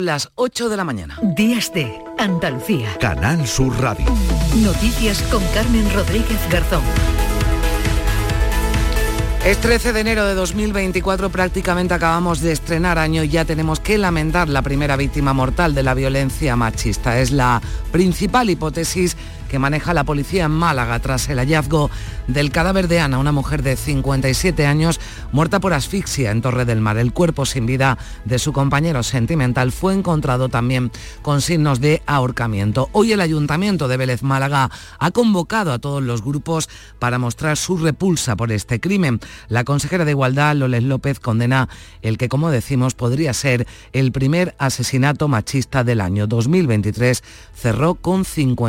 Las 8 de la mañana. Días de Andalucía. Canal Sur Radio. Noticias con Carmen Rodríguez Garzón. Es 13 de enero de 2024, prácticamente acabamos de estrenar año y ya tenemos que lamentar la primera víctima mortal de la violencia machista. Es la principal hipótesis que maneja la policía en Málaga tras el hallazgo del cadáver de Ana, una mujer de 57 años muerta por asfixia en Torre del Mar. El cuerpo sin vida de su compañero sentimental fue encontrado también con signos de ahorcamiento. Hoy el Ayuntamiento de Vélez Málaga ha convocado a todos los grupos para mostrar su repulsa por este crimen. La consejera de Igualdad, Loles López, condena el que, como decimos, podría ser el primer asesinato machista del año 2023. Cerró con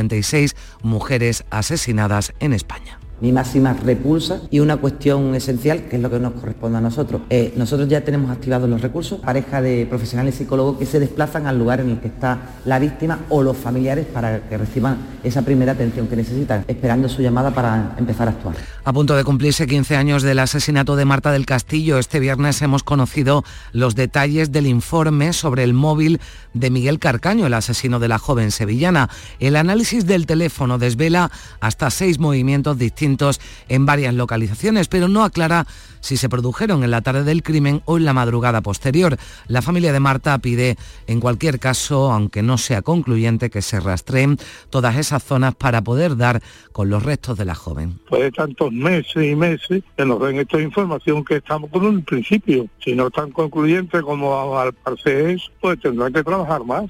56 mujeres asesinadas en España. Mi máxima repulsa y una cuestión esencial, que es lo que nos corresponde a nosotros. Nosotros ya tenemos activados los recursos, pareja de profesionales psicólogos que se desplazan al lugar en el que está la víctima o los familiares para que reciban esa primera atención que necesitan, esperando su llamada para empezar a actuar. A punto de cumplirse 15 años del asesinato de Marta del Castillo, este viernes hemos conocido los detalles del informe sobre el móvil de Miguel Carcaño, el asesino de la joven sevillana. El análisis del teléfono desvela hasta 6 movimientos distintos en varias localizaciones, pero no aclara si se produjeron en la tarde del crimen o en la madrugada posterior. La familia de Marta pide, en cualquier caso, aunque no sea concluyente, que se rastreen todas esas zonas para poder dar con los restos de la joven. Pues de tantos meses y meses que nos den esta información que estamos con un principio. Si no es tan concluyente como al parecer es, pues tendrán que trabajar más.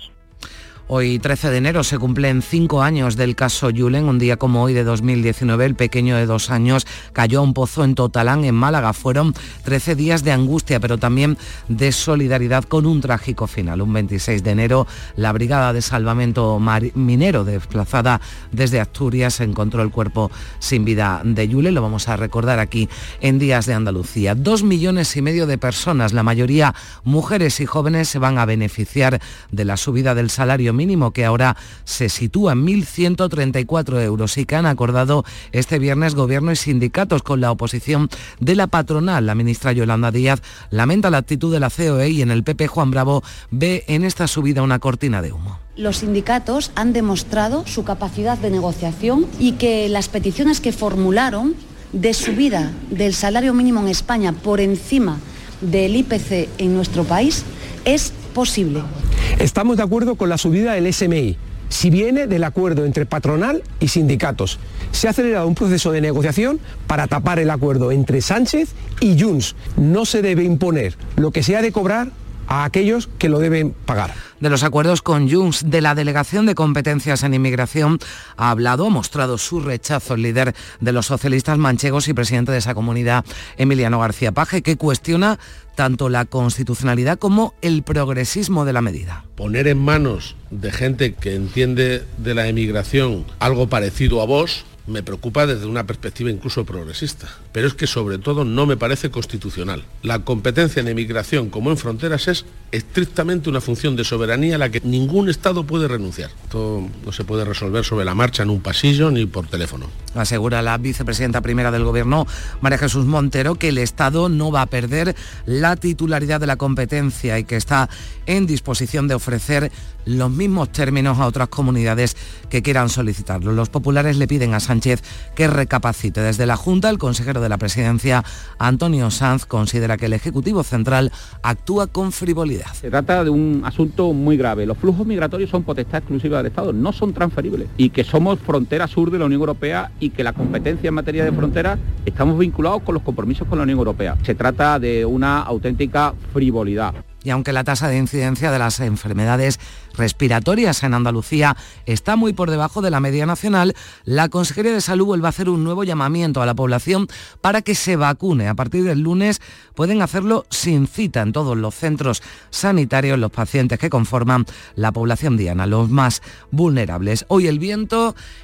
Hoy, 13 de enero, se cumplen 5 años del caso Julen. Un día como hoy de 2019, el pequeño de 2 años cayó a un pozo en Totalán, en Málaga. Fueron 13 días de angustia, pero también de solidaridad, con un trágico final. Un 26 de enero, la Brigada de Salvamento Minero, desplazada desde Asturias, encontró el cuerpo sin vida de Julen. Lo vamos a recordar aquí en Días de Andalucía. 2,5 millones de personas, la mayoría mujeres y jóvenes, se van a beneficiar de la subida del salario mínimo, que ahora se sitúa en 1.134 euros y que han acordado este viernes Gobierno y sindicatos con la oposición de la patronal. La ministra Yolanda Díaz lamenta la actitud de la COE y en el PP Juan Bravo ve en esta subida una cortina de humo. Los sindicatos han demostrado su capacidad de negociación y que las peticiones que formularon de subida del salario mínimo en España por encima del IPC en nuestro país es posible. Estamos de acuerdo con la subida del SMI, si viene del acuerdo entre patronal y sindicatos. Se ha acelerado un proceso de negociación para tapar el acuerdo entre Sánchez y Junts. No se debe imponer lo que se ha de cobrar a aquellos que lo deben pagar. De los acuerdos con Junts, de la Delegación de Competencias en Inmigración, ha mostrado su rechazo el líder de los socialistas manchegos y presidente de esa comunidad, Emiliano García Paje, que cuestiona tanto la constitucionalidad como el progresismo de la medida. Poner en manos de gente que entiende de la emigración algo parecido a Vox me preocupa desde una perspectiva incluso progresista, pero es que sobre todo no me parece constitucional. La competencia en emigración como en fronteras es estrictamente una función de soberanía a la que ningún Estado puede renunciar. Esto no se puede resolver sobre la marcha en un pasillo ni por teléfono. Asegura la vicepresidenta primera del Gobierno, María Jesús Montero, que el Estado no va a perder la titularidad de la competencia y que está en disposición de ofrecer los mismos términos a otras comunidades que quieran solicitarlo. Los populares le piden a Sánchez que recapacite. Desde la Junta, el consejero de la Presidencia, Antonio Sanz, considera que el Ejecutivo Central actúa con frivolidad. Se trata de un asunto muy grave. Los flujos migratorios son potestad exclusiva del Estado, no son transferibles. Y que somos frontera sur de la Unión Europea y que la competencia en materia de frontera estamos vinculados con los compromisos con la Unión Europea. Se trata de una auténtica frivolidad. Y aunque la tasa de incidencia de las enfermedades respiratorias en Andalucía está muy por debajo de la media nacional, la Consejería de Salud vuelve a hacer un nuevo llamamiento a la población para que se vacune. A partir del lunes pueden hacerlo sin cita en todos los centros sanitarios los pacientes que conforman la población diana, los más vulnerables. Hoy el viento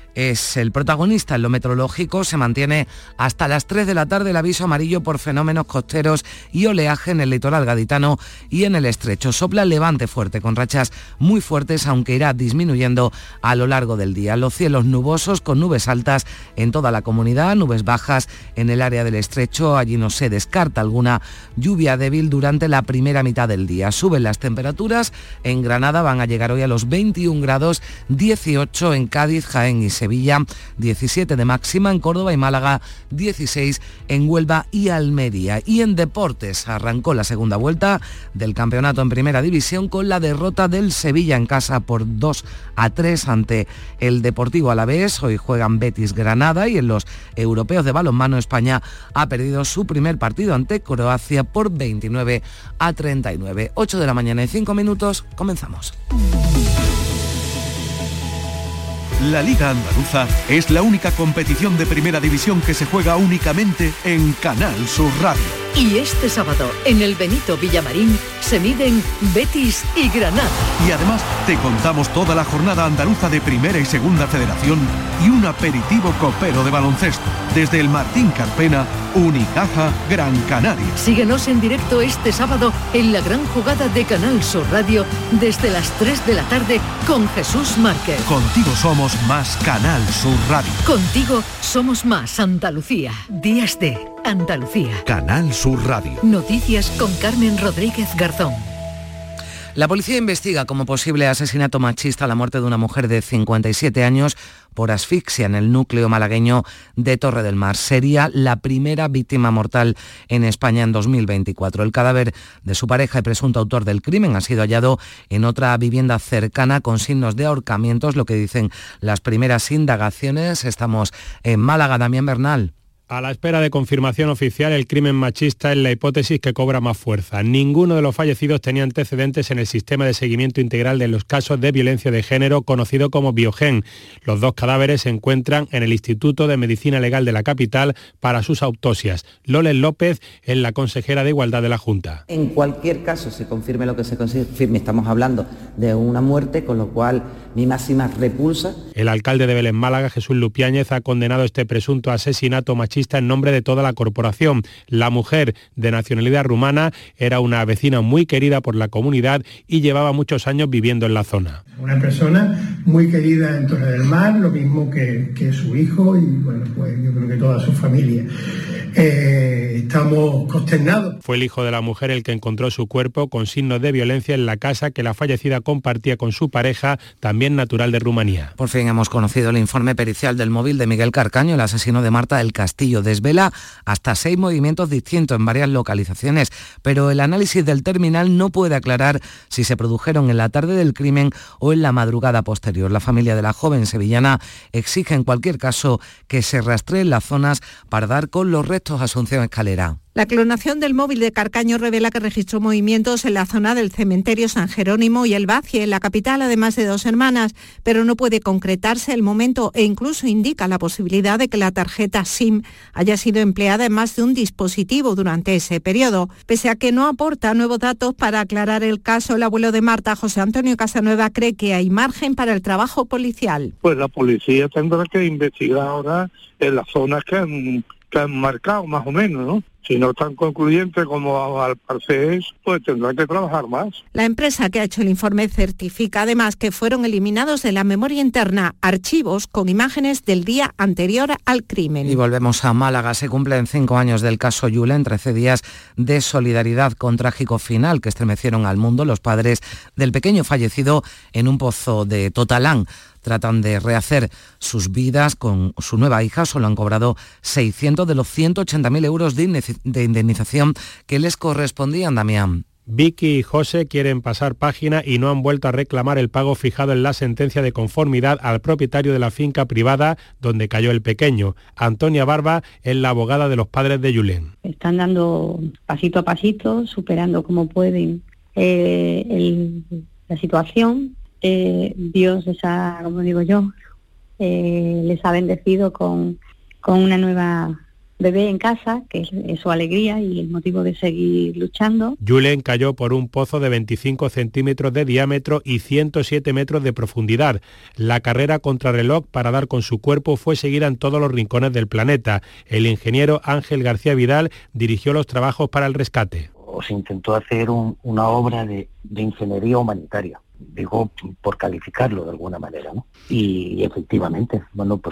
es el protagonista en lo meteorológico. Se mantiene hasta las 3 de la tarde el aviso amarillo por fenómenos costeros y oleaje en el litoral gaditano y en el estrecho. Sopla levante fuerte con rachas muy fuertes, aunque irá disminuyendo a lo largo del día. Los cielos nubosos con nubes altas en toda la comunidad, nubes bajas en el área del estrecho. Allí no se descarta alguna lluvia débil durante la primera mitad del día. Suben las temperaturas. En Granada van a llegar hoy a los 21 grados, 18 en Cádiz, Jaén y Sevilla, 17 de máxima en Córdoba y Málaga, 16 en Huelva y Almería. Y en deportes arrancó la segunda vuelta del campeonato en Primera División con la derrota del Sevilla en casa por 2-3 ante el Deportivo Alavés. Hoy juegan Betis Granada y en los europeos de balonmano España ha perdido su primer partido ante Croacia por 29-39. 8 de la mañana y 5 minutos, comenzamos. La Liga Andaluza es la única competición de Primera División que se juega únicamente en Canal Sur Radio. Y este sábado, en el Benito Villamarín, se miden Betis y Granada. Y además te contamos toda la jornada andaluza de Primera y Segunda Federación y un aperitivo copero de baloncesto. Desde el Martín Carpena, Unicaja, Gran Canaria. Síguenos en directo este sábado en la gran jugada de Canal Sur Radio desde las 3 de la tarde con Jesús Márquez. Contigo somos más Canal Sur Radio. Contigo somos más Andalucía. Días de Andalucía. Canal Sur Radio. Noticias con Carmen Rodríguez Garzón. La policía investiga como posible asesinato machista la muerte de una mujer de 57 años por asfixia en el núcleo malagueño de Torre del Mar. Sería la primera víctima mortal en España en 2024. El cadáver de su pareja y presunto autor del crimen ha sido hallado en otra vivienda cercana con signos de ahorcamientos, lo que dicen las primeras indagaciones. Estamos en Málaga. Damián Bernal. A la espera de confirmación oficial, el crimen machista es la hipótesis que cobra más fuerza. Ninguno de los fallecidos tenía antecedentes en el sistema de seguimiento integral de los casos de violencia de género, conocido como Biogen. Los dos cadáveres se encuentran en el Instituto de Medicina Legal de la capital para sus autopsias. Loles López es la consejera de Igualdad de la Junta. En cualquier caso se confirme lo que se confirme, estamos hablando de una muerte, con lo cual mi máxima repulsa. El alcalde de Belén Málaga, Jesús Lupiáñez, ha condenado este presunto asesinato machista en nombre de toda la corporación. La mujer, de nacionalidad rumana, era una vecina muy querida por la comunidad y llevaba muchos años viviendo en la zona. Una persona muy querida en Torre del Mar, lo mismo que su hijo y bueno, pues yo creo que toda su familia. Estamos consternados. Fue el hijo de la mujer el que encontró su cuerpo con signos de violencia en la casa que la fallecida compartía con su pareja, también natural de Rumanía. Por fin hemos conocido el informe pericial del móvil de Miguel Carcaño, el asesino de Marta del Castillo. Desvela hasta 6 movimientos distintos en varias localizaciones, pero el análisis del terminal no puede aclarar si se produjeron en la tarde del crimen o en la madrugada posterior. La familia de la joven sevillana exige en cualquier caso que se rastreen las zonas para dar con los restos. Asunción Escalera. La clonación del móvil de Carcaño revela que registró movimientos en la zona del cementerio San Jerónimo y El Bacie, en la capital, además de Dos Hermanas, pero no puede concretarse el momento e incluso indica la posibilidad de que la tarjeta SIM haya sido empleada en más de un dispositivo durante ese periodo. Pese a que no aporta nuevos datos para aclarar el caso, el abuelo de Marta, José Antonio Casanueva, cree que hay margen para el trabajo policial. Pues la policía tendrá que investigar ahora en las zonas que han marcado más o menos, ¿no? Si no es tan concluyente como al parecer es, pues tendrá que trabajar más. La empresa que ha hecho el informe certifica además que fueron eliminados de la memoria interna archivos con imágenes del día anterior al crimen. Y volvemos a Málaga. Se cumplen 5 años del caso Yulen, 13 días de solidaridad con trágico final que estremecieron al mundo. Los padres del pequeño fallecido en un pozo de Totalán tratan de rehacer sus vidas con su nueva hija. Solo han cobrado 600 de los 180.000 euros de indemnización que les correspondían, Damián. Vicky y José quieren pasar página y no han vuelto a reclamar el pago fijado en la sentencia de conformidad al propietario de la finca privada donde cayó el pequeño. Antonia Barba es la abogada de los padres de Yulen. Están dando pasito a pasito, superando como pueden la situación. Dios les ha, como digo yo, les ha bendecido con una nueva bebé en casa, que es su alegría y el motivo de seguir luchando. Julen cayó por un pozo de 25 centímetros de diámetro y 107 metros de profundidad. La carrera contrarreloj para dar con su cuerpo fue seguida en todos los rincones del planeta. El ingeniero Ángel García Vidal dirigió los trabajos para el rescate. Se intentó hacer una obra de ingeniería humanitaria, digo, por calificarlo de alguna manera, ¿no? Y efectivamente, pues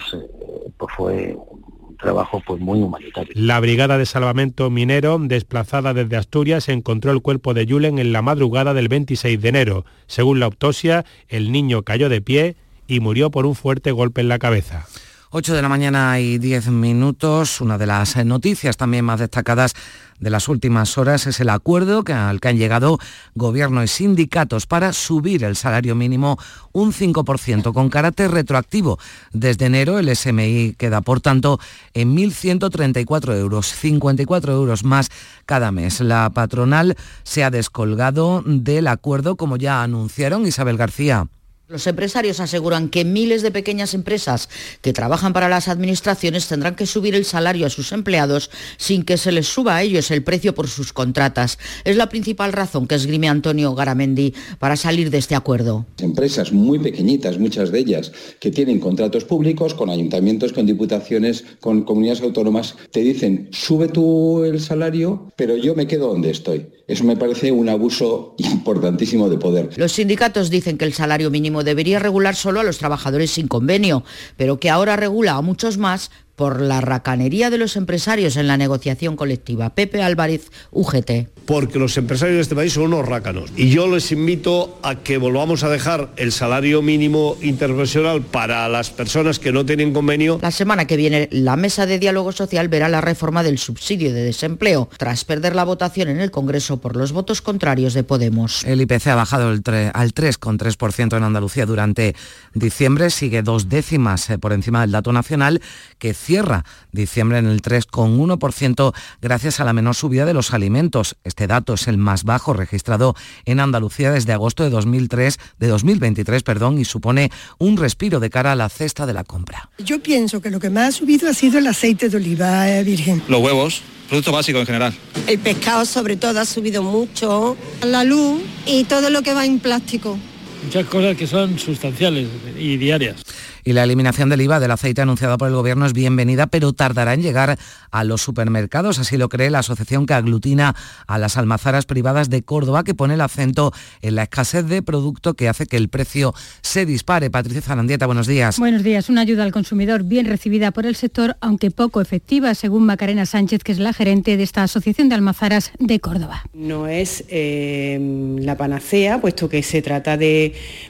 fue un trabajo muy humanitario. La Brigada de Salvamento Minero, desplazada desde Asturias, encontró el cuerpo de Julen en la madrugada del 26 de enero. Según la autopsia, el niño cayó de pie y murió por un fuerte golpe en la cabeza. 8 de la mañana y 10 minutos. Una de las noticias también más destacadas de las últimas horas es el acuerdo al que han llegado gobierno y sindicatos para subir el salario mínimo un 5% con carácter retroactivo. Desde enero el SMI queda, por tanto, en 1.134 euros, 54 euros más cada mes. La patronal se ha descolgado del acuerdo, como ya anunciaron. Isabel García. Los empresarios aseguran que miles de pequeñas empresas que trabajan para las administraciones tendrán que subir el salario a sus empleados sin que se les suba a ellos el precio por sus contratas. Es la principal razón que esgrime Antonio Garamendi para salir de este acuerdo. Empresas muy pequeñitas, muchas de ellas, que tienen contratos públicos con ayuntamientos, con diputaciones, con comunidades autónomas, te dicen, sube tú el salario, pero yo me quedo donde estoy. Eso me parece un abuso importantísimo de poder. Los sindicatos dicen que el salario mínimo debería regular solo a los trabajadores sin convenio, pero que ahora regula a muchos más por la racanería de los empresarios en la negociación colectiva. Pepe Álvarez, UGT. Porque los empresarios de este país son unos rácanos. Y yo les invito a que volvamos a dejar el salario mínimo interprofesional para las personas que no tienen convenio. La semana que viene, la mesa de diálogo social verá la reforma del subsidio de desempleo, tras perder la votación en el Congreso por los votos contrarios de Podemos. El IPC ha bajado al 3,3% en Andalucía durante diciembre, sigue 2 décimas por encima del dato nacional, que cierra diciembre en el 3,1% gracias a la menor subida de los alimentos. Este dato es el más bajo registrado en Andalucía desde agosto de 2023, y supone un respiro de cara a la cesta de la compra. Yo pienso que lo que más ha subido ha sido el aceite de oliva virgen. Los huevos, producto básico en general. El pescado sobre todo ha subido mucho. La luz y todo lo que va en plástico. Muchas cosas que son sustanciales y diarias. Y la eliminación del IVA del aceite anunciada por el Gobierno es bienvenida, pero tardará en llegar a los supermercados. Así lo cree la asociación que aglutina a las almazaras privadas de Córdoba, que pone el acento en la escasez de producto que hace que el precio se dispare. Patricia Zarandieta, buenos días. Buenos días. Una ayuda al consumidor bien recibida por el sector, aunque poco efectiva, según Macarena Sánchez, que es la gerente de esta asociación de almazaras de Córdoba. No es la panacea, puesto que se trata de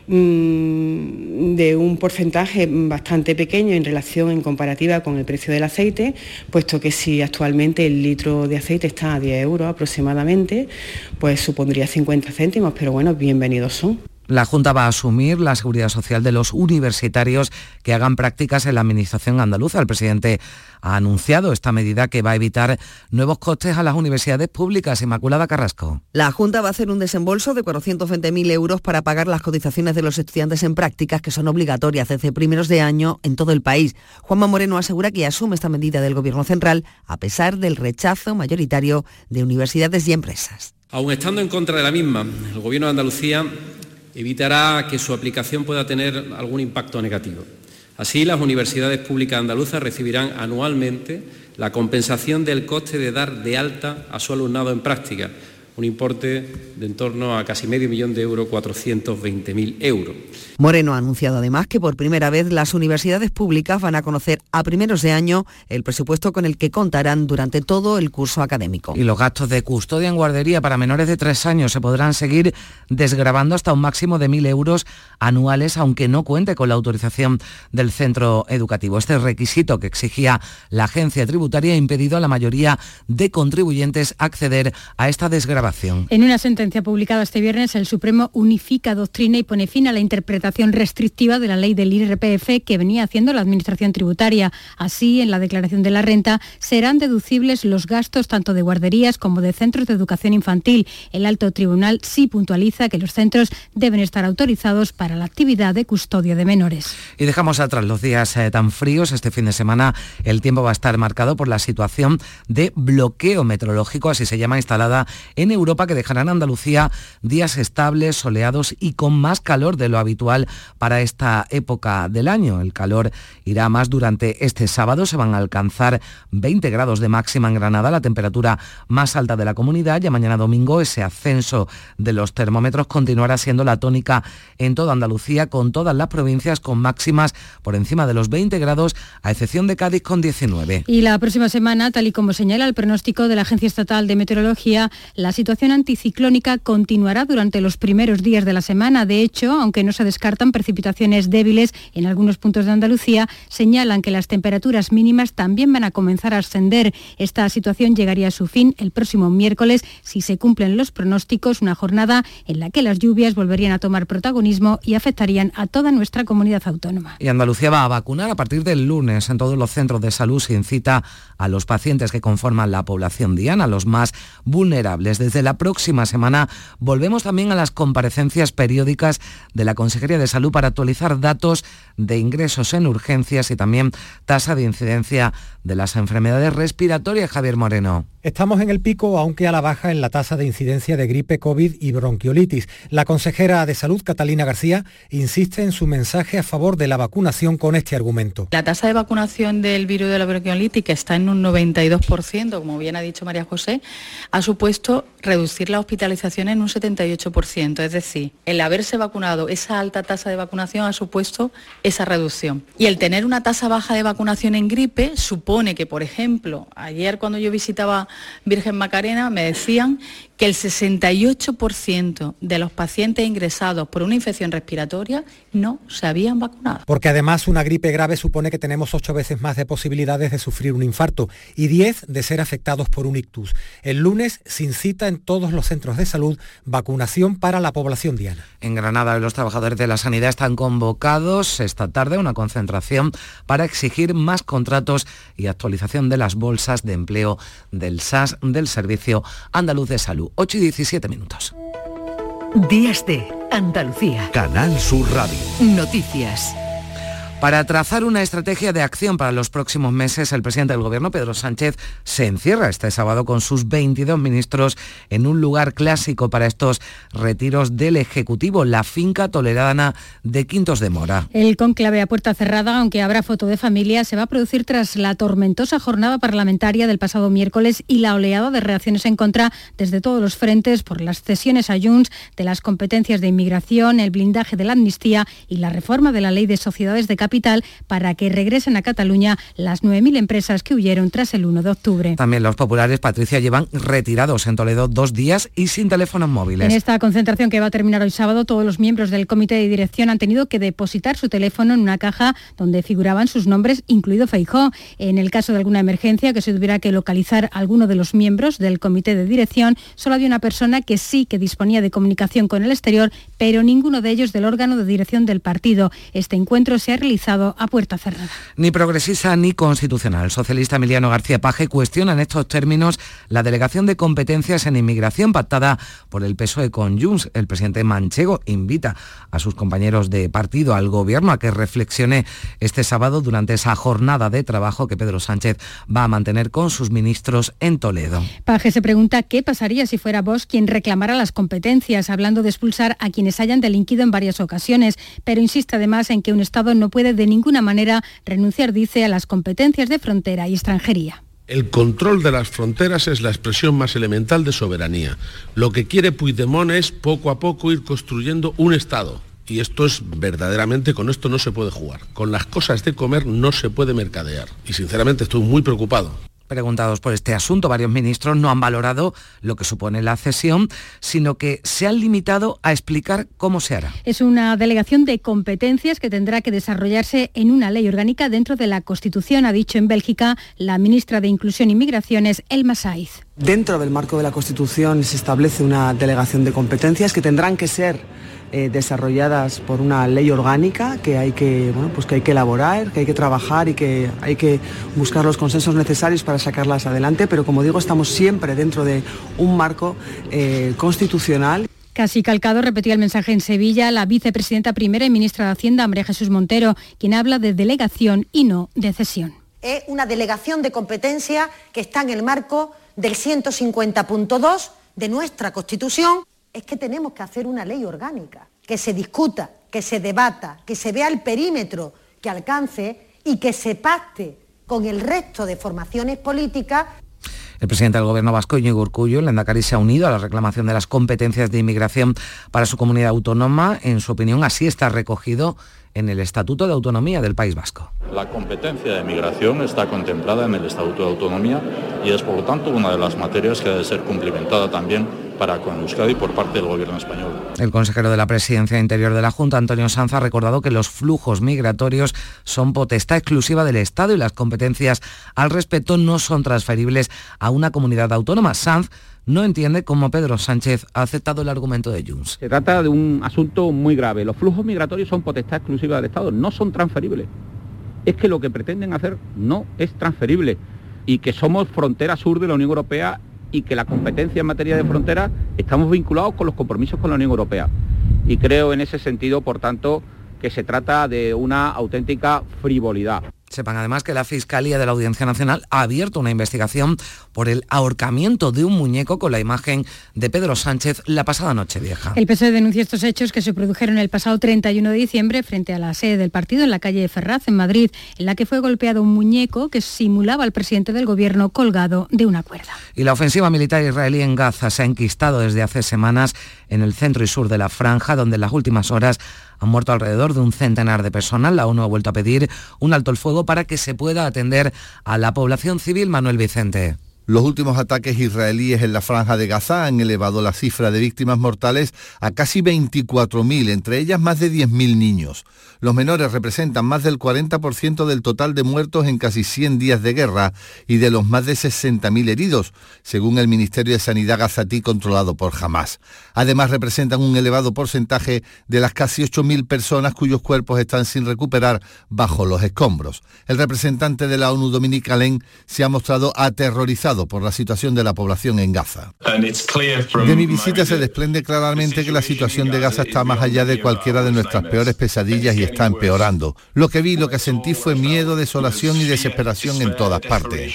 un porcentaje bastante pequeño en comparativa con el precio del aceite, puesto que si actualmente el litro de aceite está a 10 euros aproximadamente, pues supondría 50 céntimos, pero bueno, bienvenidos son. La Junta va a asumir la seguridad social de los universitarios que hagan prácticas en la Administración andaluza. El presidente ha anunciado esta medida que va a evitar nuevos costes a las universidades públicas. Inmaculada Carrasco. La Junta va a hacer un desembolso de 420.000 euros para pagar las cotizaciones de los estudiantes en prácticas, que son obligatorias desde primeros de año en todo el país. Juanma Moreno asegura que asume esta medida del Gobierno central a pesar del rechazo mayoritario de universidades y empresas. Aun estando en contra de la misma, el Gobierno de Andalucía evitará que su aplicación pueda tener algún impacto negativo. Así, las universidades públicas andaluzas recibirán anualmente la compensación del coste de dar de alta a su alumnado en práctica, un importe de en torno a casi medio millón de euros, 420.000 euros. Moreno ha anunciado además que por primera vez las universidades públicas van a conocer a primeros de año el presupuesto con el que contarán durante todo el curso académico. Y los gastos de custodia en guardería para menores de 3 años se podrán seguir desgravando hasta un máximo de 1.000 euros anuales, aunque no cuente con la autorización del centro educativo. Este requisito que exigía la agencia tributaria ha impedido a la mayoría de contribuyentes acceder a esta desgravación grabación. En una sentencia publicada este viernes, el Supremo unifica doctrina y pone fin a la interpretación restrictiva de la ley del IRPF que venía haciendo la Administración Tributaria. Así, en la declaración de la renta serán deducibles los gastos tanto de guarderías como de centros de educación infantil. El alto tribunal sí puntualiza que los centros deben estar autorizados para la actividad de custodia de menores. Y dejamos atrás los días tan fríos. Este fin de semana el tiempo va a estar marcado por la situación de bloqueo meteorológico, así se llama, instalada en Europa, que dejarán a Andalucía días estables, soleados y con más calor de lo habitual para esta época del año. El calor irá más durante este sábado. Se van a alcanzar 20 grados de máxima en Granada, la temperatura más alta de la comunidad, y mañana domingo ese ascenso de los termómetros continuará siendo la tónica en toda Andalucía, con todas las provincias con máximas por encima de los 20 grados, a excepción de Cádiz con 19. Y la próxima semana, tal y como señala el pronóstico de la Agencia Estatal de Meteorología, la situación anticiclónica continuará durante los primeros días de la semana. De hecho, aunque no se descartan precipitaciones débiles en algunos puntos de Andalucía, señalan que las temperaturas mínimas también van a comenzar a ascender. Esta situación llegaría a su fin el próximo miércoles si se cumplen los pronósticos, una jornada en la que las lluvias volverían a tomar protagonismo y afectarían a toda nuestra comunidad autónoma. Y Andalucía va a vacunar a partir del lunes. En todos los centros de salud se incita a los pacientes que conforman la población diana, los más vulnerables. Desde la próxima semana volvemos también a las comparecencias periódicas de la Consejería de Salud para actualizar datos de ingresos en urgencias y también tasa de incidencia de las enfermedades respiratorias. Javier Moreno. Estamos en el pico, aunque a la baja en la tasa de incidencia de gripe, COVID y bronquiolitis. La consejera de Salud, Catalina García, insiste en su mensaje a favor de la vacunación con este argumento. La tasa de vacunación del virus de la bronquiolitis, que está en un 92%, como bien ha dicho María José, ha supuesto reducir la hospitalización en un 78%. Es decir, el haberse vacunado, esa alta tasa de vacunación ha supuesto esa reducción. Y el tener una tasa baja de vacunación en gripe supone que, por ejemplo, ayer cuando yo visitaba Virgen Macarena me decían que el 68% de los pacientes ingresados por una infección respiratoria no se habían vacunado. Porque además una gripe grave supone que tenemos 8 veces más de posibilidades de sufrir un infarto y 10 de ser afectados por un ictus. El lunes se incita en todos los centros de salud vacunación para la población diana. En Granada, los trabajadores de la sanidad están convocados esta tarde a una concentración para exigir más contratos y actualización de las bolsas de empleo del SAS, del Servicio Andaluz de Salud. 8 y 17 minutos. Días de Andalucía. Canal Sur Radio. Noticias. Para trazar una estrategia de acción para los próximos meses, el presidente del Gobierno, Pedro Sánchez, se encierra este sábado con sus 22 ministros en un lugar clásico para estos retiros del Ejecutivo, la finca toledana de Quintos de Mora. El cónclave a puerta cerrada, aunque habrá foto de familia, se va a producir tras la tormentosa jornada parlamentaria del pasado miércoles y la oleada de reacciones en contra desde todos los frentes por las cesiones a Junts de las competencias de inmigración, el blindaje de la amnistía y la reforma de la ley de sociedades de capital para que regresen a Cataluña las 9.000 empresas que huyeron tras el 1 de octubre. También los populares, Patricia, llevan retirados en Toledo 2 días y sin teléfonos móviles. En esta concentración que va a terminar hoy sábado, todos los miembros del comité de dirección han tenido que depositar su teléfono en una caja donde figuraban sus nombres, incluido Feijóo. En el caso de alguna emergencia que se tuviera que localizar a alguno de los miembros del comité de dirección, solo había una persona que sí que disponía de comunicación con el exterior, pero ninguno de ellos del órgano de dirección del partido. Este encuentro se ha realizado a puerta cerrada. Ni progresista ni constitucional. El socialista Emiliano García Paje cuestiona en estos términos la delegación de competencias en inmigración pactada por el PSOE con Junts. El presidente manchego invita a sus compañeros de partido, al Gobierno, a que reflexione este sábado durante esa jornada de trabajo que Pedro Sánchez va a mantener con sus ministros en Toledo. Paje se pregunta qué pasaría si fuera Vox quien reclamara las competencias, hablando de expulsar a quienes hayan delinquido en varias ocasiones, pero insiste además en que un Estado no puede de ninguna manera renunciar, dice, a las competencias de frontera y extranjería. El control de las fronteras es la expresión más elemental de soberanía. Lo que quiere Puigdemont es poco a poco ir construyendo un Estado. Y esto es verdaderamente, con esto no se puede jugar. Con las cosas de comer no se puede mercadear. Y sinceramente estoy muy preocupado. Preguntados por este asunto, varios ministros no han valorado lo que supone la cesión, sino que se han limitado a explicar cómo se hará. Es una delegación de competencias que tendrá que desarrollarse en una ley orgánica dentro de la Constitución, ha dicho en Bélgica la ministra de Inclusión y Migraciones, Elma Saiz. Dentro del marco de la Constitución se establece una delegación de competencias que tendrán que ser desarrolladas por una ley orgánica que hay que elaborar, que hay que trabajar y que hay que buscar los consensos necesarios para sacarlas adelante, pero como digo, estamos siempre dentro de un marco constitucional. Casi calcado repetía el mensaje en Sevilla la vicepresidenta primera y ministra de Hacienda, María Jesús Montero, quien habla de delegación y no de cesión. Es una delegación de competencia que está en el marco del 150.2 de nuestra Constitución. Es que tenemos que hacer una ley orgánica, que se discuta, que se debata, que se vea el perímetro que alcance y que se pacte con el resto de formaciones políticas. El presidente del Gobierno vasco, Iñigo Urkullu, el lehendakari, se ha unido a la reclamación de las competencias de inmigración para su comunidad autónoma. En su opinión, así está recogido en el Estatuto de Autonomía del País Vasco. La competencia de migración está contemplada en el Estatuto de Autonomía y es, por lo tanto, una de las materias que debe ser cumplimentada también para con Euskadi por parte del Gobierno español. El consejero de la Presidencia Interior de la Junta, Antonio Sanz, ha recordado que los flujos migratorios son potestad exclusiva del Estado y las competencias al respecto no son transferibles a una comunidad autónoma. Sanz no entiende cómo Pedro Sánchez ha aceptado el argumento de Junts. Se trata de un asunto muy grave. Los flujos migratorios son potestad exclusiva del Estado, no son transferibles. Es que lo que pretenden hacer no es transferible y que somos frontera sur de la Unión Europea y que la competencia en materia de frontera estamos vinculados con los compromisos con la Unión Europea. Y creo en ese sentido, por tanto, que se trata de una auténtica frivolidad. Sepan además que la Fiscalía de la Audiencia Nacional ha abierto una investigación por el ahorcamiento de un muñeco con la imagen de Pedro Sánchez la pasada Nochevieja. El PSOE denuncia estos hechos que se produjeron el pasado 31 de diciembre frente a la sede del partido en la calle de Ferraz, en Madrid, en la que fue golpeado un muñeco que simulaba al presidente del gobierno colgado de una cuerda. Y la ofensiva militar israelí en Gaza se ha enquistado desde hace semanas en el centro y sur de la franja, donde en las últimas horas han muerto alrededor de un centenar de personas. La ONU ha vuelto a pedir un alto el fuego para que se pueda atender a la población civil. Manuel Vicente. Los últimos ataques israelíes en la franja de Gaza han elevado la cifra de víctimas mortales a casi 24.000, entre ellas más de 10.000 niños. Los menores representan más del 40% del total de muertos en casi 100 días de guerra y de los más de 60.000 heridos, según el Ministerio de Sanidad gazatí controlado por Hamás. Además, representan un elevado porcentaje de las casi 8.000 personas cuyos cuerpos están sin recuperar bajo los escombros. El representante de la ONU, Dominique Allen, se ha mostrado aterrorizado por la situación de la población en Gaza. De mi visita se desprende claramente que la situación de Gaza está más allá de cualquiera de nuestras peores pesadillas y está empeorando. Lo que vi y lo que sentí fue miedo, desolación y desesperación en todas partes.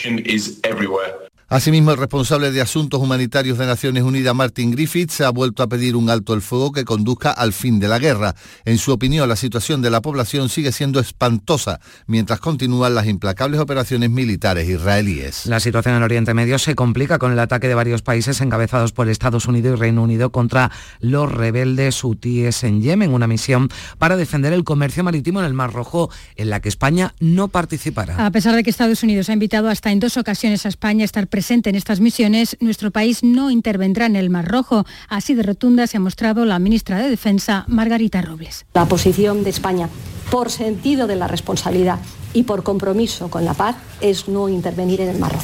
Asimismo, el responsable de Asuntos Humanitarios de Naciones Unidas, Martin Griffiths, ha vuelto a pedir un alto el fuego que conduzca al fin de la guerra. En su opinión, la situación de la población sigue siendo espantosa mientras continúan las implacables operaciones militares israelíes. La situación en Oriente Medio se complica con el ataque de varios países encabezados por Estados Unidos y Reino Unido contra los rebeldes hutíes en Yemen, una misión para defender el comercio marítimo en el Mar Rojo, en la que España no participará. A pesar de que Estados Unidos ha invitado hasta en 2 ocasiones a España a estar presente en estas misiones, nuestro país no intervendrá en el Mar Rojo. Así de rotunda se ha mostrado la ministra de Defensa, Margarita Robles. La posición de España, por sentido de la responsabilidad y por compromiso con la paz, es no intervenir en el Mar Rojo.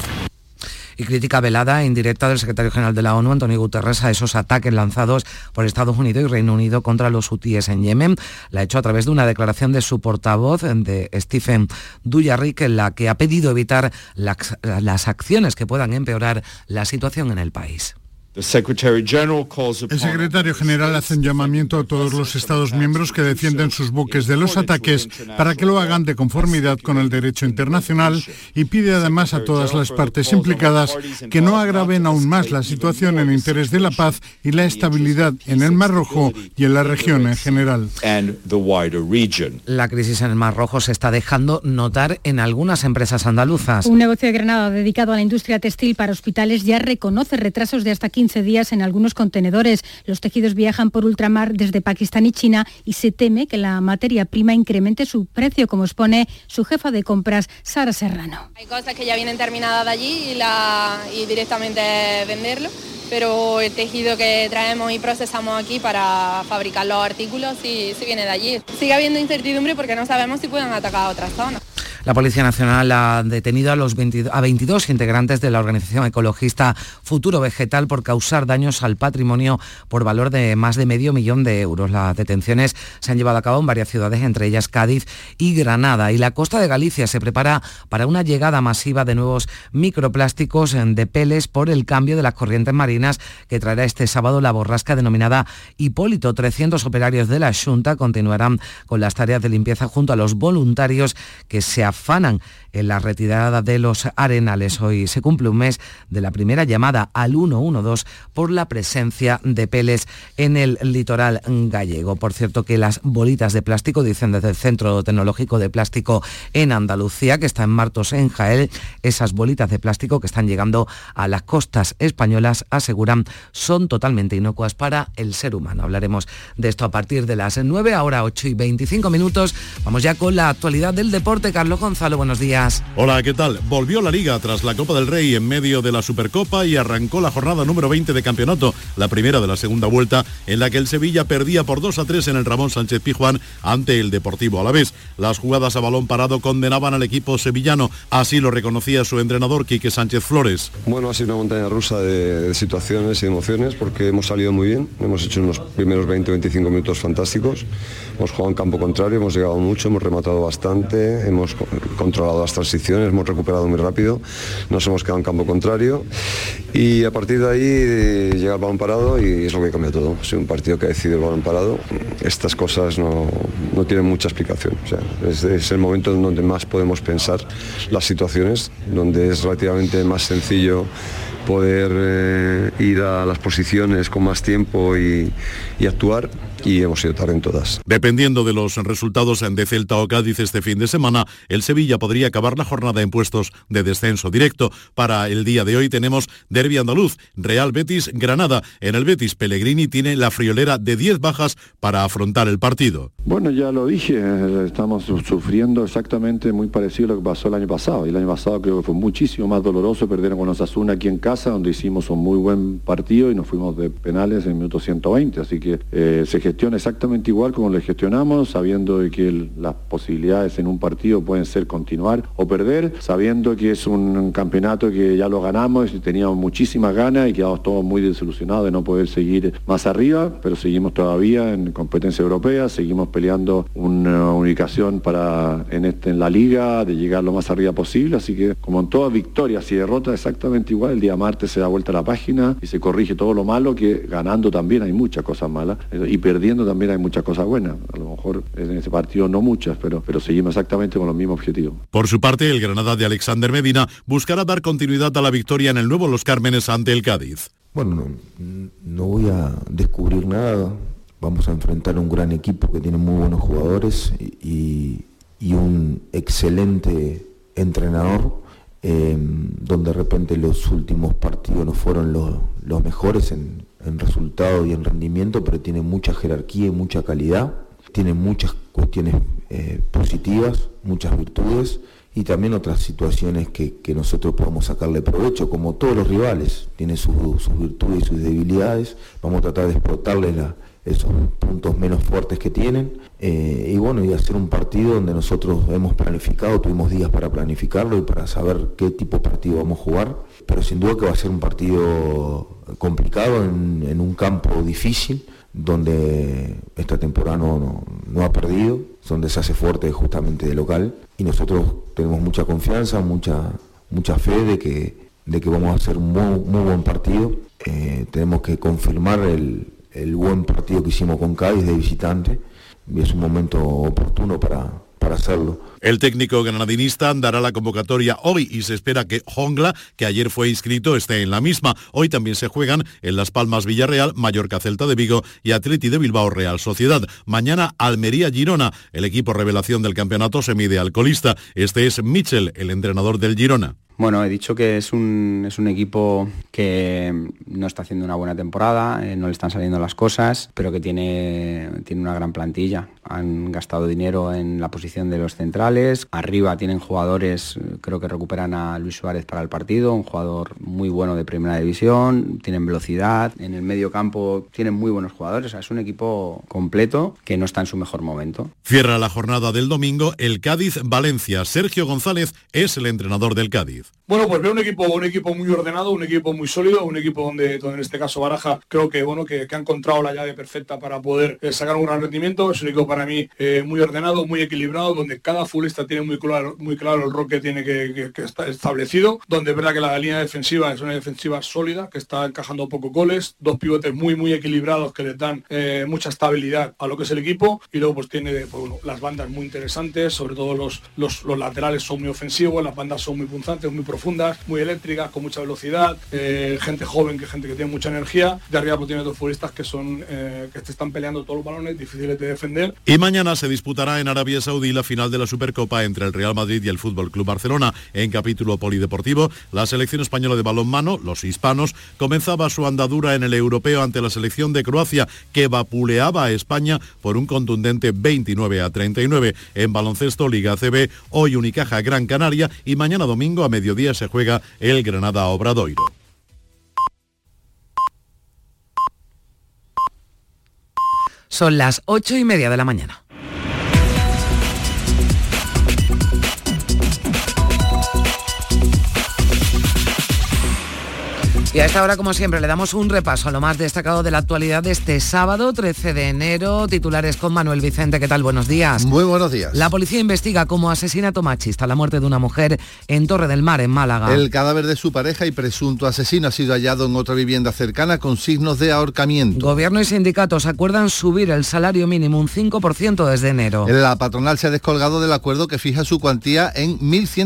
Y crítica velada e indirecta del secretario general de la ONU, Antonio Guterres, a esos ataques lanzados por Estados Unidos y Reino Unido contra los hutíes en Yemen. La ha hecho a través de una declaración de su portavoz, de Stephen Dujarric, en la que ha pedido evitar las acciones que puedan empeorar la situación en el país. El secretario general hace un llamamiento a todos los Estados miembros que defienden sus buques de los ataques para que lo hagan de conformidad con el derecho internacional y pide además a todas las partes implicadas que no agraven aún más la situación en interés de la paz y la estabilidad en el Mar Rojo y en la región en general. La crisis en el Mar Rojo se está dejando notar en algunas empresas andaluzas. Un negocio de Granada dedicado a la industria textil para hospitales ya reconoce retrasos de hasta 15 días en algunos contenedores. Los tejidos viajan por ultramar desde Pakistán y China y se teme que la materia prima incremente su precio, como expone su jefa de compras, Sara Serrano. Hay cosas que ya vienen terminadas de allí y directamente venderlo, pero el tejido que traemos y procesamos aquí para fabricar los artículos sí viene de allí. Sigue habiendo incertidumbre porque no sabemos si pueden atacar a otras zonas. La Policía Nacional ha detenido a 22 integrantes de la organización ecologista Futuro Vegetal por causar daños al patrimonio por valor de más de $500,000. Las detenciones se han llevado a cabo en varias ciudades, entre ellas Cádiz y Granada. Y la costa de Galicia se prepara para una llegada masiva de nuevos microplásticos de peles por el cambio de las corrientes marinas que traerá este sábado la borrasca denominada Hipólito. 300 operarios de la Xunta continuarán con las tareas de limpieza junto a los voluntarios que se afanan en la retirada de los arenales. Hoy se cumple un mes de la primera llamada al 112 por la presencia de peles en el litoral gallego. Por cierto, que las bolitas de plástico, dicen desde el Centro Tecnológico de Plástico en Andalucía, que está en Martos, en Jaén, esas bolitas de plástico que están llegando a las costas españolas, aseguran, son totalmente inocuas para el ser humano. Hablaremos de esto a partir de las 9, ahora 8:25. Vamos ya con la actualidad del deporte. Carlos Gonzalo, buenos días. Hola, ¿qué tal? Volvió la Liga tras la Copa del Rey en medio de la Supercopa y arrancó la jornada número 20 de campeonato, la primera de la segunda vuelta, en la que el Sevilla perdía por 2-3 en el Ramón Sánchez Pizjuán ante el Deportivo Alavés. Las jugadas a balón parado condenaban al equipo sevillano, así lo reconocía su entrenador Quique Sánchez Flores. Bueno, ha sido una montaña rusa de situaciones y emociones, porque hemos salido muy bien, hemos hecho unos primeros 20-25 minutos fantásticos, hemos jugado en campo contrario, hemos llegado mucho, hemos rematado bastante, hemos controlado las transiciones, hemos recuperado muy rápido, nos hemos quedado en campo contrario y a partir de ahí llega el balón parado y es lo que cambia todo. Es un partido que ha decidido el balón parado. Estas cosas no tienen mucha explicación. O sea, es el momento en donde más podemos pensar las situaciones, donde es relativamente más sencillo poder ir a las posiciones con más tiempo y actuar, y hemos ido tarde en todas. Dependiendo de los resultados de Celta o Cádiz este fin de semana, el Sevilla podría acabar la jornada en puestos de descenso directo. Para el día de hoy tenemos derbi andaluz, Real Betis, Granada. En el Betis, Pellegrini tiene la friolera de 10 bajas para afrontar el partido. Bueno, ya lo dije, estamos sufriendo exactamente muy parecido a lo que pasó el año pasado. Y el año pasado creo que fue muchísimo más doloroso perder con Osasuna aquí en casa, donde hicimos un muy buen partido y nos fuimos de penales en minuto 120. Así que se gestiona exactamente igual como lo gestionamos, sabiendo de que las posibilidades en un partido pueden ser continuar o perder, sabiendo que es un campeonato que ya lo ganamos y teníamos muchísimas ganas y quedamos todos muy desilusionados de no poder seguir más arriba, pero seguimos todavía en competencia europea, seguimos peleando una ubicación en la liga, de llegar lo más arriba posible, así que como en todas victorias y derrotas exactamente igual, el día martes se da vuelta a la página y se corrige todo lo malo, que ganando también hay muchas cosas malas y perdiendo también hay muchas cosas buenas. A lo mejor en ese partido no muchas, pero seguimos exactamente con los mismos objetivos. Por su parte, el Granada de Alexander Medina buscará dar continuidad a la victoria en el nuevo Los Cármenes ante el Cádiz. Bueno, no voy a descubrir nada. Vamos a enfrentar a un gran equipo que tiene muy buenos jugadores y un excelente entrenador, donde de repente los últimos partidos no fueron los mejores en resultado y en rendimiento, pero tiene mucha jerarquía y mucha calidad, tiene muchas cuestiones positivas, muchas virtudes y también otras situaciones que nosotros podemos sacarle provecho, como todos los rivales, tiene sus virtudes y sus debilidades. Vamos a tratar de explotarle esos puntos menos fuertes que tienen y hacer un partido donde nosotros hemos planificado, tuvimos días para planificarlo y para saber qué tipo de partido vamos a jugar, pero sin duda que va a ser un partido complicado en un campo difícil, donde esta temporada no ha perdido, donde se hace fuerte justamente de local, y nosotros tenemos mucha confianza, mucha fe de que vamos a hacer un muy buen partido. Tenemos que confirmar el buen partido que hicimos con Cádiz de visitante, y es un momento oportuno para hacerlo. El técnico granadinista dará la convocatoria hoy y se espera que Jongla, que ayer fue inscrito, esté en la misma. Hoy también se juegan en Las Palmas Villarreal, Mallorca Celta de Vigo y Atleti de Bilbao Real Sociedad. Mañana Almería Girona. El equipo revelación del campeonato se mide al colista. Este es Michel, el entrenador del Girona. Bueno, he dicho que es un equipo que no está haciendo una buena temporada, no le están saliendo las cosas, pero que tiene una gran plantilla. Han gastado dinero en la posición de los centrales, arriba tienen jugadores, creo que recuperan a Luis Suárez para el partido, un jugador muy bueno de primera división, tienen velocidad, en el medio campo tienen muy buenos jugadores, o sea, es un equipo completo que no está en su mejor momento. Cierra la jornada del domingo el Cádiz-Valencia. Sergio González es el entrenador del Cádiz. Bueno, pues veo un equipo muy ordenado, un equipo muy sólido, un equipo donde en este caso Baraja creo que ha encontrado la llave perfecta para poder sacar un gran rendimiento. Es un equipo para mí muy ordenado, muy equilibrado, donde cada futbolista tiene muy claro el rol que tiene que estar establecido, donde es verdad que la línea defensiva es una defensiva sólida, que está encajando pocos goles, dos pivotes muy equilibrados que les dan mucha estabilidad a lo que es el equipo, y luego pues tiene las bandas muy interesantes, sobre todo los laterales son muy ofensivos, las bandas son muy punzantes, muy profundas, muy eléctricas, con mucha velocidad, gente joven, gente que tiene mucha energía. De arriba pues tiene dos futbolistas que te están peleando todos los balones, difíciles de defender. Y mañana se disputará en Arabia Saudí la final de la Supercopa entre el Real Madrid y el FC Barcelona. En capítulo polideportivo, la selección española de balonmano, los hispanos, comenzaba su andadura en el europeo ante la selección de Croacia, que vapuleaba a España por un contundente 29-39. En baloncesto, Liga ACB, hoy Unicaja Gran Canaria y mañana domingo a mediodía se juega el Granada Obradoiro. Son las 8:30 de la mañana. Y a esta hora, como siempre, le damos un repaso a lo más destacado de la actualidad de este sábado, 13 de enero. Titulares con Manuel Vicente. ¿Qué tal? Buenos días. Muy buenos días. La policía investiga como asesinato machista la muerte de una mujer en Torre del Mar, en Málaga. El cadáver de su pareja y presunto asesino ha sido hallado en otra vivienda cercana con signos de ahorcamiento. Gobierno y sindicatos acuerdan subir el salario mínimo un 5% desde enero. La patronal se ha descolgado del acuerdo que fija su cuantía en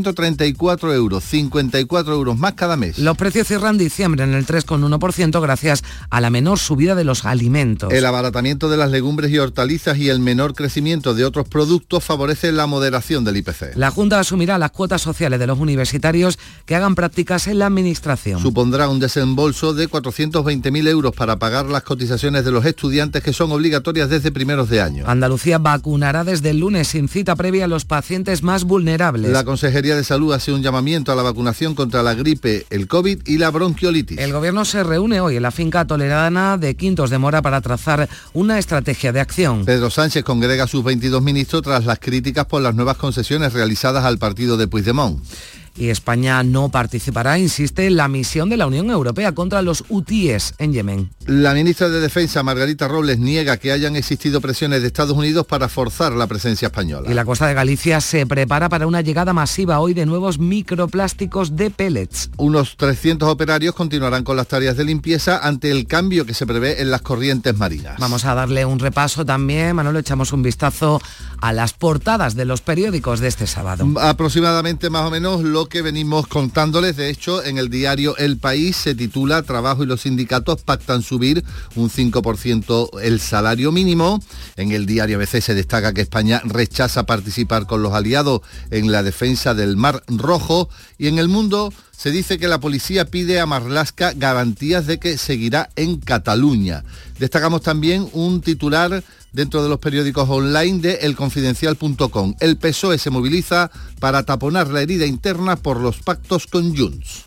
1.134 euros, 54 euros más cada mes. Los precios cierran diciembre en el 3,1% gracias a la menor subida de los alimentos. El abaratamiento de las legumbres y hortalizas y el menor crecimiento de otros productos favorece la moderación del IPC. La Junta asumirá las cuotas sociales de los universitarios que hagan prácticas en la administración. Supondrá un desembolso de 420.000 euros para pagar las cotizaciones de los estudiantes que son obligatorias desde primeros de año. Andalucía vacunará desde el lunes sin cita previa a los pacientes más vulnerables. La Consejería de Salud hace un llamamiento a la vacunación contra la gripe, el COVID y la bronquiolitis. El Gobierno se reúne hoy en la finca toledana de Quintos de Mora para trazar una estrategia de acción. Pedro Sánchez congrega a sus 22 ministros tras las críticas por las nuevas concesiones realizadas al partido de Puigdemont. Y España no participará, insiste, en la misión de la Unión Europea contra los hutíes en Yemen. La ministra de Defensa, Margarita Robles, niega que hayan existido presiones de Estados Unidos para forzar la presencia española. Y la costa de Galicia se prepara para una llegada masiva hoy de nuevos microplásticos de pellets. Unos 300 operarios continuarán con las tareas de limpieza ante el cambio que se prevé en las corrientes marinas. Vamos a darle un repaso también, Manolo, echamos un vistazo a las portadas de los periódicos de este sábado. Aproximadamente más o menos lo que venimos contándoles. De hecho, en el diario El País se titula Trabajo y los sindicatos pactan subir un 5% el salario mínimo. En el diario ABC se destaca que España rechaza participar con los aliados en la defensa del Mar Rojo. Y en El Mundo se dice que la policía pide a Marlaska garantías de que seguirá en Cataluña. Destacamos también un titular dentro de los periódicos online de elconfidencial.com. El PSOE se moviliza para taponar la herida interna por los pactos con Junts.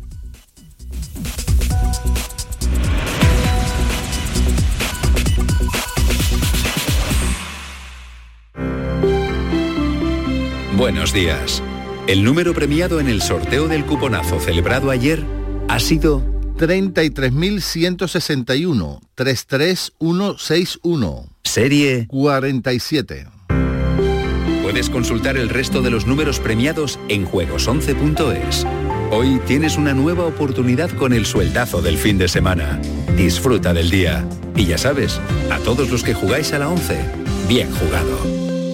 Buenos días. El número premiado en el sorteo del cuponazo celebrado ayer ha sido 33.161, 33161. Serie 47. Puedes consultar el resto de los números premiados en juegos11.es. Hoy tienes una nueva oportunidad con el sueldazo del fin de semana. Disfruta del día. Y ya sabes, a todos los que jugáis a la 11, bien jugado.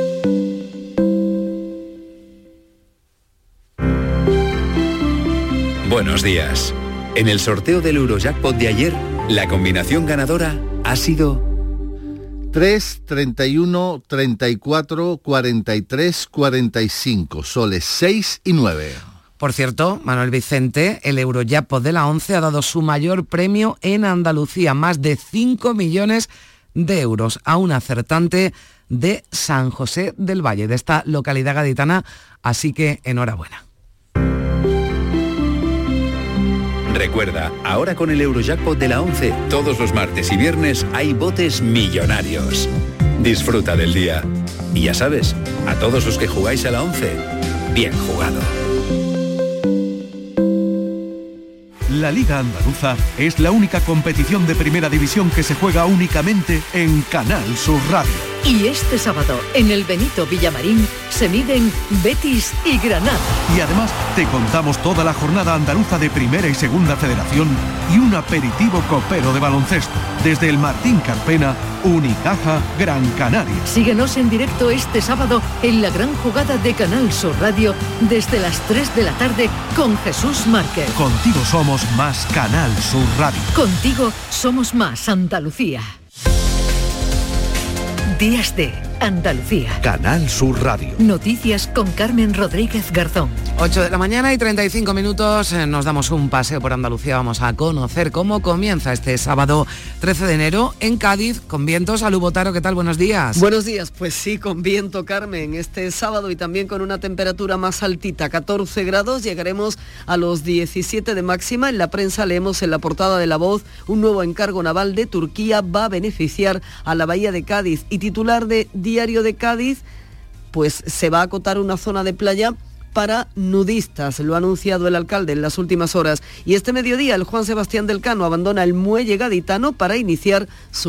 Buenos días. En el sorteo del Eurojackpot de ayer, la combinación ganadora ha sido 3, 31, 34, 43, 45, soles 6 y 9. Por cierto, Manuel Vicente, el Eurojackpot de la 11 ha dado su mayor premio en Andalucía, más de 5 millones de euros a un acertante de San José del Valle, de esta localidad gaditana, así que enhorabuena. Recuerda, ahora con el Eurojackpot de la 11, todos los martes y viernes hay botes millonarios. Disfruta del día. Y ya sabes, a todos los que jugáis a la 11, bien jugado. La Liga Andaluza es la única competición de primera división que se juega únicamente en Canal Sur Radio. Y este sábado, en el Benito Villamarín, se miden Betis y Granada. Y además te contamos toda la jornada andaluza de Primera y Segunda Federación y un aperitivo copero de baloncesto. Desde el Martín Carpena, Unicaja, Gran Canaria. Síguenos en directo este sábado en la gran jugada de Canal Sur Radio desde las 3 de la tarde con Jesús Márquez. Contigo somos más Canal Sur Radio. Contigo somos más Andalucía. Días de Andalucía. Canal Sur Radio. Noticias con Carmen Rodríguez Garzón. 8 de la mañana y 35 minutos, nos damos un paseo por Andalucía, vamos a conocer cómo comienza este sábado 13 de enero en Cádiz, con vientos. Salud, Botaro, ¿qué tal? Buenos días. Buenos días, pues sí, con viento, Carmen, este sábado y también con una temperatura más altita, 14 grados, llegaremos a los 17 de máxima. En la prensa leemos en la portada de La Voz, un nuevo encargo naval de Turquía va a beneficiar a la bahía de Cádiz, y titular de Diario de Cádiz, pues se va a acotar una zona de playa para nudistas, lo ha anunciado el alcalde en las últimas horas. Y este mediodía el Juan Sebastián del Cano abandona el muelle gaditano para iniciar su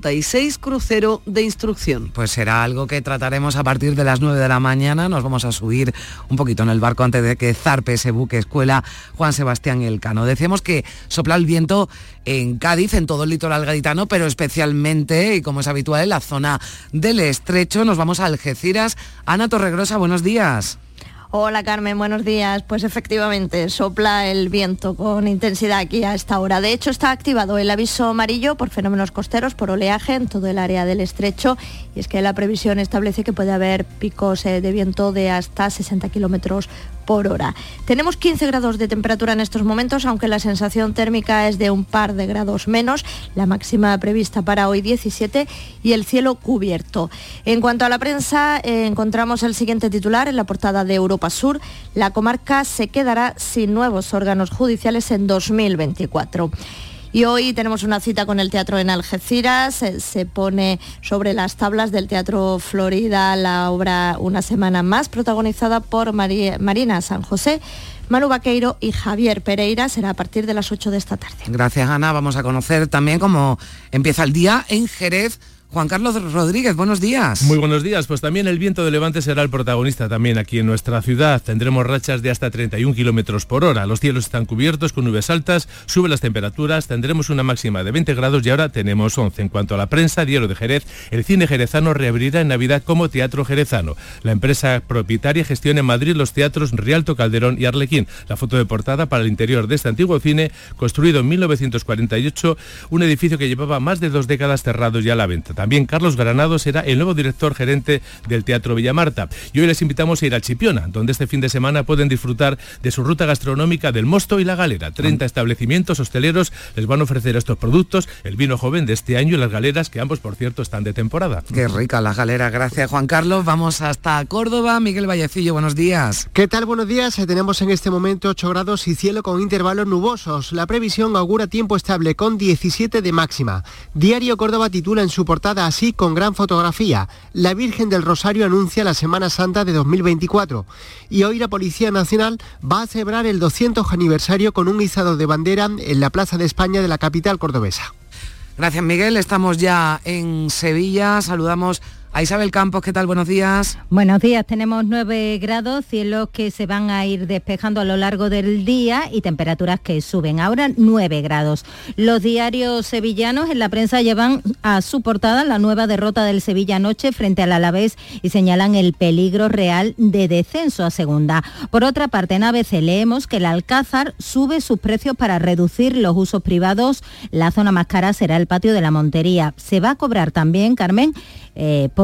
96 crucero de instrucción. Pues será algo que trataremos a partir de las 9 de la mañana. Nos vamos a subir un poquito en el barco antes de que zarpe ese buque escuela Juan Sebastián Elcano. Decíamos que sopla el viento en Cádiz, en todo el litoral gaditano, pero especialmente, y como es habitual, en la zona del Estrecho. Nos vamos a Algeciras. Ana Torregrosa, buenos días. Hola Carmen, buenos días. Pues efectivamente, sopla el viento con intensidad aquí a esta hora. De hecho, está activado el aviso amarillo por fenómenos costeros, por oleaje en todo el área del Estrecho, y es que la previsión establece que puede haber picos de viento de hasta 60 kilómetros por hora. Tenemos 15 grados de temperatura en estos momentos, aunque la sensación térmica es de un par de grados menos, la máxima prevista para hoy 17 y el cielo cubierto. En cuanto a la prensa, encontramos el siguiente titular en la portada de Europa Sur: la comarca se quedará sin nuevos órganos judiciales en 2024. Y hoy tenemos una cita con el teatro en Algeciras. Se pone sobre las tablas del Teatro Florida la obra Una semana más, protagonizada por Marina San José, Manu Vaqueiro y Javier Pereira. Será a partir de las 8 de esta tarde. Gracias, Ana. Vamos a conocer también cómo empieza el día en Jerez. Juan Carlos Rodríguez, buenos días. Muy buenos días. Pues también el viento de levante será el protagonista también aquí en nuestra ciudad. Tendremos rachas de hasta 31 kilómetros por hora. Los cielos están cubiertos con nubes altas, suben las temperaturas, tendremos una máxima de 20 grados y ahora tenemos 11. En cuanto a la prensa, Diario de Jerez, el cine jerezano reabrirá en Navidad como Teatro Jerezano. La empresa propietaria gestiona en Madrid los teatros Rialto, Calderón y Arlequín. La foto de portada para el interior de este antiguo cine, construido en 1948, un edificio que llevaba más de 2 décadas cerrado ya a la venta. También Carlos Granado será el nuevo director gerente del Teatro Villamarta. Y hoy les invitamos a ir a Chipiona, donde este fin de semana pueden disfrutar de su ruta gastronómica del Mosto y la Galera. 30 establecimientos hosteleros les van a ofrecer estos productos, el vino joven de este año y las galeras, que ambos, por cierto, están de temporada. Qué rica la galera. Gracias, Juan Carlos. Vamos hasta Córdoba. Miguel Vallecillo, buenos días. ¿Qué tal? Buenos días. Tenemos en este momento 8 grados y cielo con intervalos nubosos. La previsión augura tiempo estable con 17 de máxima. Diario Córdoba titula en su portada así, con gran fotografía: la Virgen del Rosario anuncia la Semana Santa de 2024. Y hoy la Policía Nacional va a celebrar el 200 aniversario con un izado de bandera en la Plaza de España de la capital cordobesa. Gracias, Miguel. Estamos ya en Sevilla. Saludamos a Isabel Campos. ¿Qué tal? Buenos días. Buenos días. Tenemos 9 grados, cielos que se van a ir despejando a lo largo del día y temperaturas que suben. Ahora 9 grados. Los diarios sevillanos en la prensa llevan a su portada la nueva derrota del Sevilla anoche frente al Alavés y señalan el peligro real de descenso a segunda. Por otra parte, en ABC leemos que el Alcázar sube sus precios para reducir los usos privados. La zona más cara será el patio de la Montería. Se va a cobrar también, Carmen, por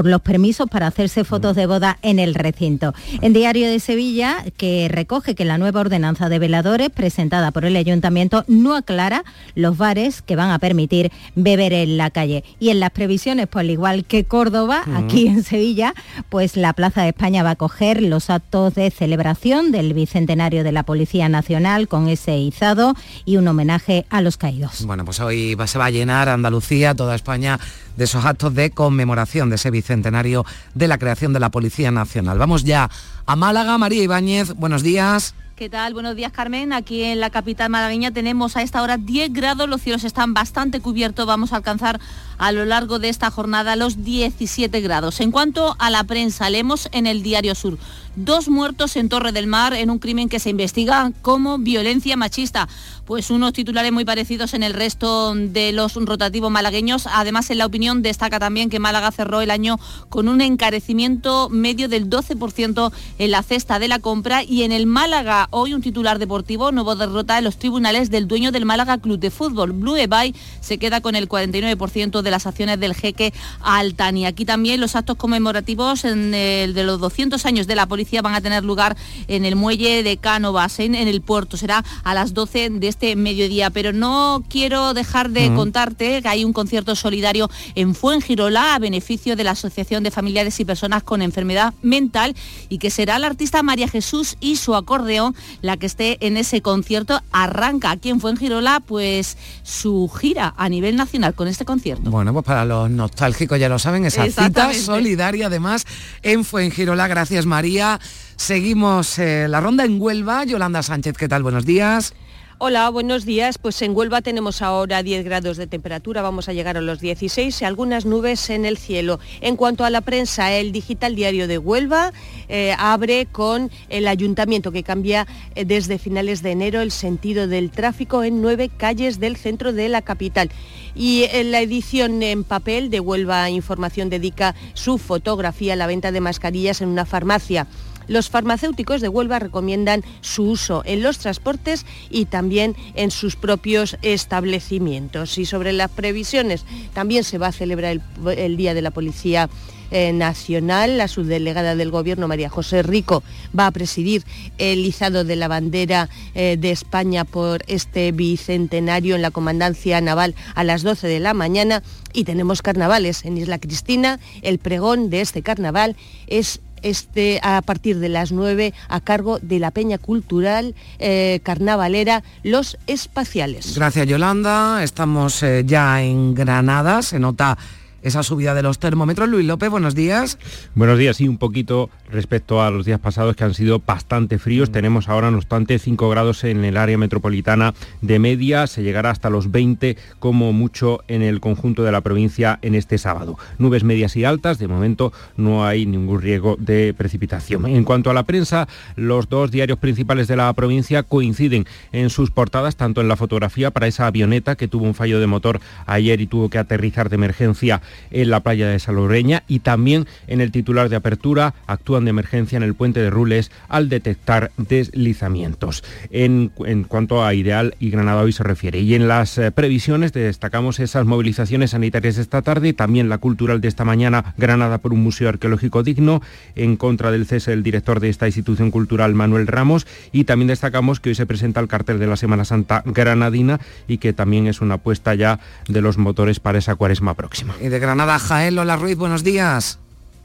por los permisos para hacerse fotos de boda en el recinto. En Diario de Sevilla, que recoge que la nueva ordenanza de veladores presentada por el Ayuntamiento no aclara los bares que van a permitir beber en la calle. Y en las previsiones, pues al igual que Córdoba, aquí en Sevilla, pues la Plaza de España va a acoger los actos de celebración del bicentenario de la Policía Nacional con ese izado y un homenaje a los caídos. Bueno, pues hoy se va a llenar Andalucía, toda España, de esos actos de conmemoración de ese bicentenario de la creación de la Policía Nacional. Vamos ya a Málaga. María Ibáñez, buenos días. ¿Qué tal? Buenos días, Carmen. Aquí en la capital malagueña tenemos a esta hora 10 grados, los cielos están bastante cubiertos, vamos a alcanzar a lo largo de esta jornada los 17 grados. En cuanto a la prensa, leemos en el Diario Sur: 2 muertos en Torre del Mar en un crimen que se investiga como violencia machista. Pues unos titulares muy parecidos en el resto de los rotativos malagueños. Además, en La Opinión destaca también que Málaga cerró el año con un encarecimiento medio del 12% en la cesta de la compra. Y en el Málaga, hoy un titular deportivo: nuevo derrota en los tribunales del dueño del Málaga Club de Fútbol. Blue Ebay se queda con el 49% de las acciones del jeque Altani. Aquí también los actos conmemorativos de los 200 años de la policía van a tener lugar en el muelle de Cánovas, en el puerto. Será a las 12 de este mediodía, pero no quiero dejar de contarte que hay un concierto solidario en Fuengirola a beneficio de la Asociación de Familiares y Personas con Enfermedad Mental, y que será la artista María Jesús y su acordeón la que esté en ese concierto. Arranca aquí en Fuengirola pues su gira a nivel nacional con este concierto. Bueno, pues para los nostálgicos ya lo saben, esa cita solidaria además en Fuengirola. Gracias, María. Seguimos la ronda en Huelva. Yolanda Sánchez, ¿qué tal? Buenos días. Hola, buenos días. Pues en Huelva tenemos ahora 10 grados de temperatura, vamos a llegar a los 16 y algunas nubes en el cielo. En cuanto a la prensa, el Digital Diario de Huelva abre con el ayuntamiento que cambia desde finales de enero el sentido del tráfico en 9 calles del centro de la capital. Y en la edición en papel de Huelva Información dedica su fotografía a la venta de mascarillas en una farmacia. Los farmacéuticos de Huelva recomiendan su uso en los transportes y también en sus propios establecimientos. Y sobre las previsiones, también se va a celebrar el Día de la Policía Nacional. La subdelegada del Gobierno, María José Rico, va a presidir el izado de la bandera de España por este bicentenario en la Comandancia Naval a las 12 de la mañana. Y tenemos carnavales en Isla Cristina. El pregón de este carnaval es a partir de las 9 a cargo de la Peña Cultural Carnavalera Los Espaciales. Gracias, Yolanda. Estamos ya en Granada, se nota esa subida de los termómetros. Luis López, buenos días. Buenos días, sí, un poquito respecto a los días pasados que han sido bastante fríos. Tenemos ahora, no obstante, 5 grados en el área metropolitana de media, se llegará hasta los 20 como mucho en el conjunto de la provincia en este sábado. Nubes medias y altas, de momento no hay ningún riesgo de precipitación. En cuanto a la prensa, los 2 diarios principales de la provincia coinciden en sus portadas, tanto en la fotografía para esa avioneta que tuvo un fallo de motor ayer y tuvo que aterrizar de emergencia en la playa de Salobreña, y también en el titular de apertura: actúan de emergencia en el puente de Rules al detectar deslizamientos. En cuanto a Ideal y Granada hoy se refiere. Y en las previsiones destacamos esas movilizaciones sanitarias de esta tarde, también la cultural de esta mañana, Granada por un museo arqueológico digno, en contra del cese del director de esta institución cultural, Manuel Ramos, y también destacamos que hoy se presenta el cartel de la Semana Santa granadina y que también es una apuesta ya de los motores para esa cuaresma próxima. Y de Granada, Jaén, Lola Ruiz, buenos días.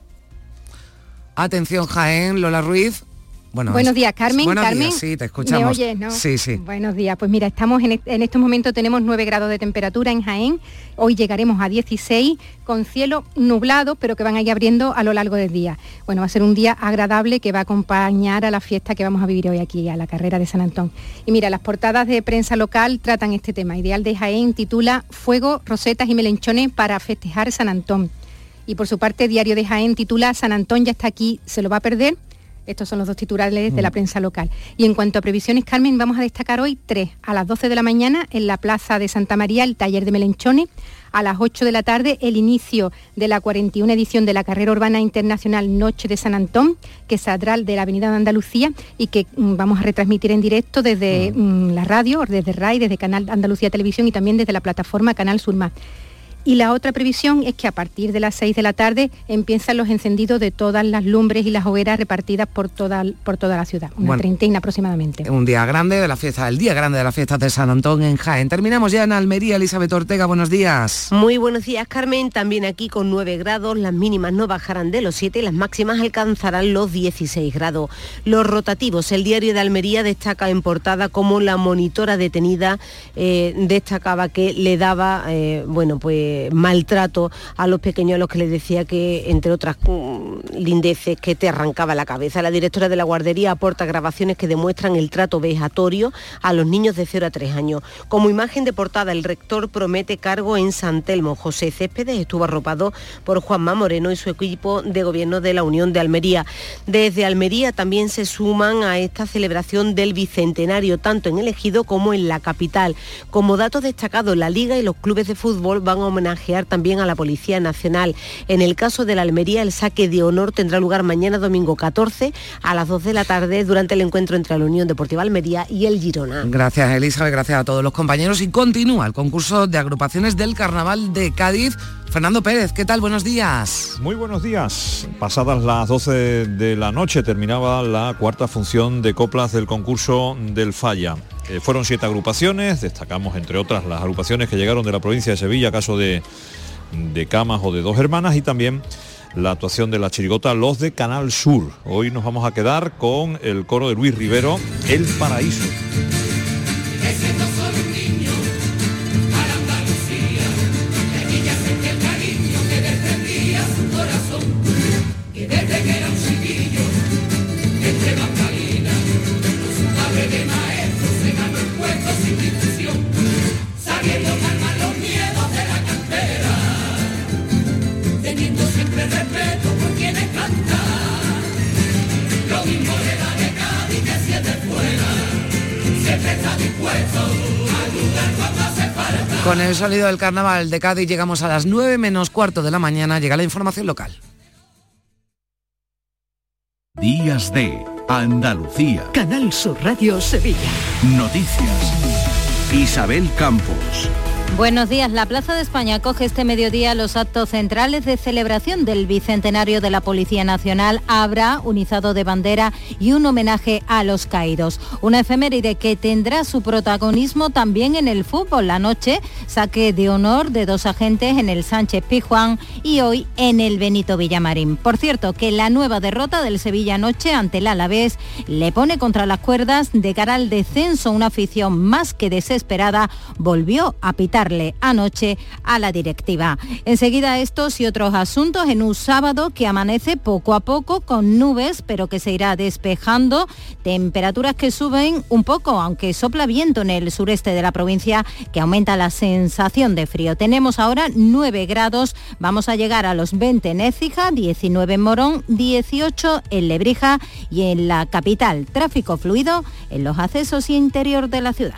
Atención, Jaén, Lola Ruiz. Buenos días, Carmen. Buenos Carmen, días, sí, te escuchamos. ¿Me oyes, no? Sí, sí. Buenos días. Pues mira, estamos en estos momentos tenemos 9 grados de temperatura en Jaén. Hoy llegaremos a 16 con cielo nublado, pero que van a ir abriendo a lo largo del día. Bueno, va a ser un día agradable que va a acompañar a la fiesta que vamos a vivir hoy aquí, a la carrera de San Antón. Y mira, las portadas de prensa local tratan este tema. Ideal de Jaén titula Fuego, rosetas y melenchones para festejar San Antón. Y por su parte, Diario de Jaén titula San Antón ya está aquí, ¿se lo va a perder? Estos son los 2 titulares de la prensa local. Y en cuanto a previsiones, Carmen, vamos a destacar hoy 3. A las 12 de la mañana, en la Plaza de Santa María, el taller de melenchones. A las 8 de la tarde, el inicio de la 41 edición de la Carrera Urbana Internacional Noche de San Antón, que saldrá de la Avenida de Andalucía y que vamos a retransmitir en directo desde la radio, desde RAI, desde Canal Andalucía Televisión y también desde la plataforma Canal Sur Más. Y la otra previsión es que a partir de las 6 de la tarde empiezan los encendidos de todas las lumbres y las hogueras repartidas por toda la ciudad, una treintena aproximadamente. Un día grande de la fiesta, el día grande de la fiesta de San Antón en Jaén. Terminamos ya en Almería. Elizabeth Ortega, buenos días. Muy buenos días, Carmen. También aquí con 9 grados, las mínimas no bajarán de los 7 y las máximas alcanzarán los 16 grados. Los rotativos, el diario de Almería destaca en portada como la monitora detenida destacaba que le daba, maltrato a los pequeños, a los que les decía que, entre otras lindeces, que te arrancaba la cabeza. La directora de la guardería aporta grabaciones que demuestran el trato vejatorio a los niños de 0 a 3 años. Como imagen de portada, el rector promete cargo en San Telmo. José Céspedes estuvo arropado por Juanma Moreno y su equipo de gobierno de la Unión de Almería. Desde Almería también se suman a esta celebración del Bicentenario, tanto en el Ejido como en la capital. Como dato destacado, la Liga y los clubes de fútbol van a homenajear también a la Policía Nacional. En el caso de la Almería, el saque de honor tendrá lugar mañana domingo 14 a las 2 de la tarde durante el encuentro entre la Unión Deportiva Almería y el Girona. Gracias, Elizabeth, gracias a todos los compañeros. Y continúa el concurso de agrupaciones del Carnaval de Cádiz. Fernando Pérez, ¿qué tal? Buenos días. Muy buenos días. Pasadas las 12 de la noche terminaba la cuarta función de coplas del concurso del Falla. Fueron 7 agrupaciones, destacamos entre otras las agrupaciones que llegaron de la provincia de Sevilla, caso de Camas o de Dos Hermanas, y también la actuación de la chirigota Los de Canal Sur. Hoy nos vamos a quedar con el coro de Luis Rivero, El Paraíso. Con el sonido del Carnaval de Cádiz llegamos a las 9 menos cuarto de la mañana. Llega la información local. Días de Andalucía. Canal Sur Radio Sevilla. Noticias. Isabel Campos. Buenos días. La Plaza de España acoge este mediodía los actos centrales de celebración del Bicentenario de la Policía Nacional. Habrá un izado de bandera y un homenaje a los caídos. Una efeméride que tendrá su protagonismo también en el fútbol. La noche, saque de honor de 2 agentes en el Sánchez Pizjuán y hoy en el Benito Villamarín. Por cierto, que la nueva derrota del Sevilla anoche ante el Alavés le pone contra las cuerdas de cara al descenso. Una afición más que desesperada volvió a pitar anoche a la directiva. Enseguida estos y otros asuntos en un sábado que amanece poco a poco con nubes, pero que se irá despejando, temperaturas que suben un poco, aunque sopla viento en el sureste de la provincia que aumenta la sensación de frío. Tenemos ahora 9 grados, vamos a llegar a los 20 en Écija, 19 en Morón, 18 en Lebrija y en la capital. Tráfico fluido en los accesos y interior de la ciudad.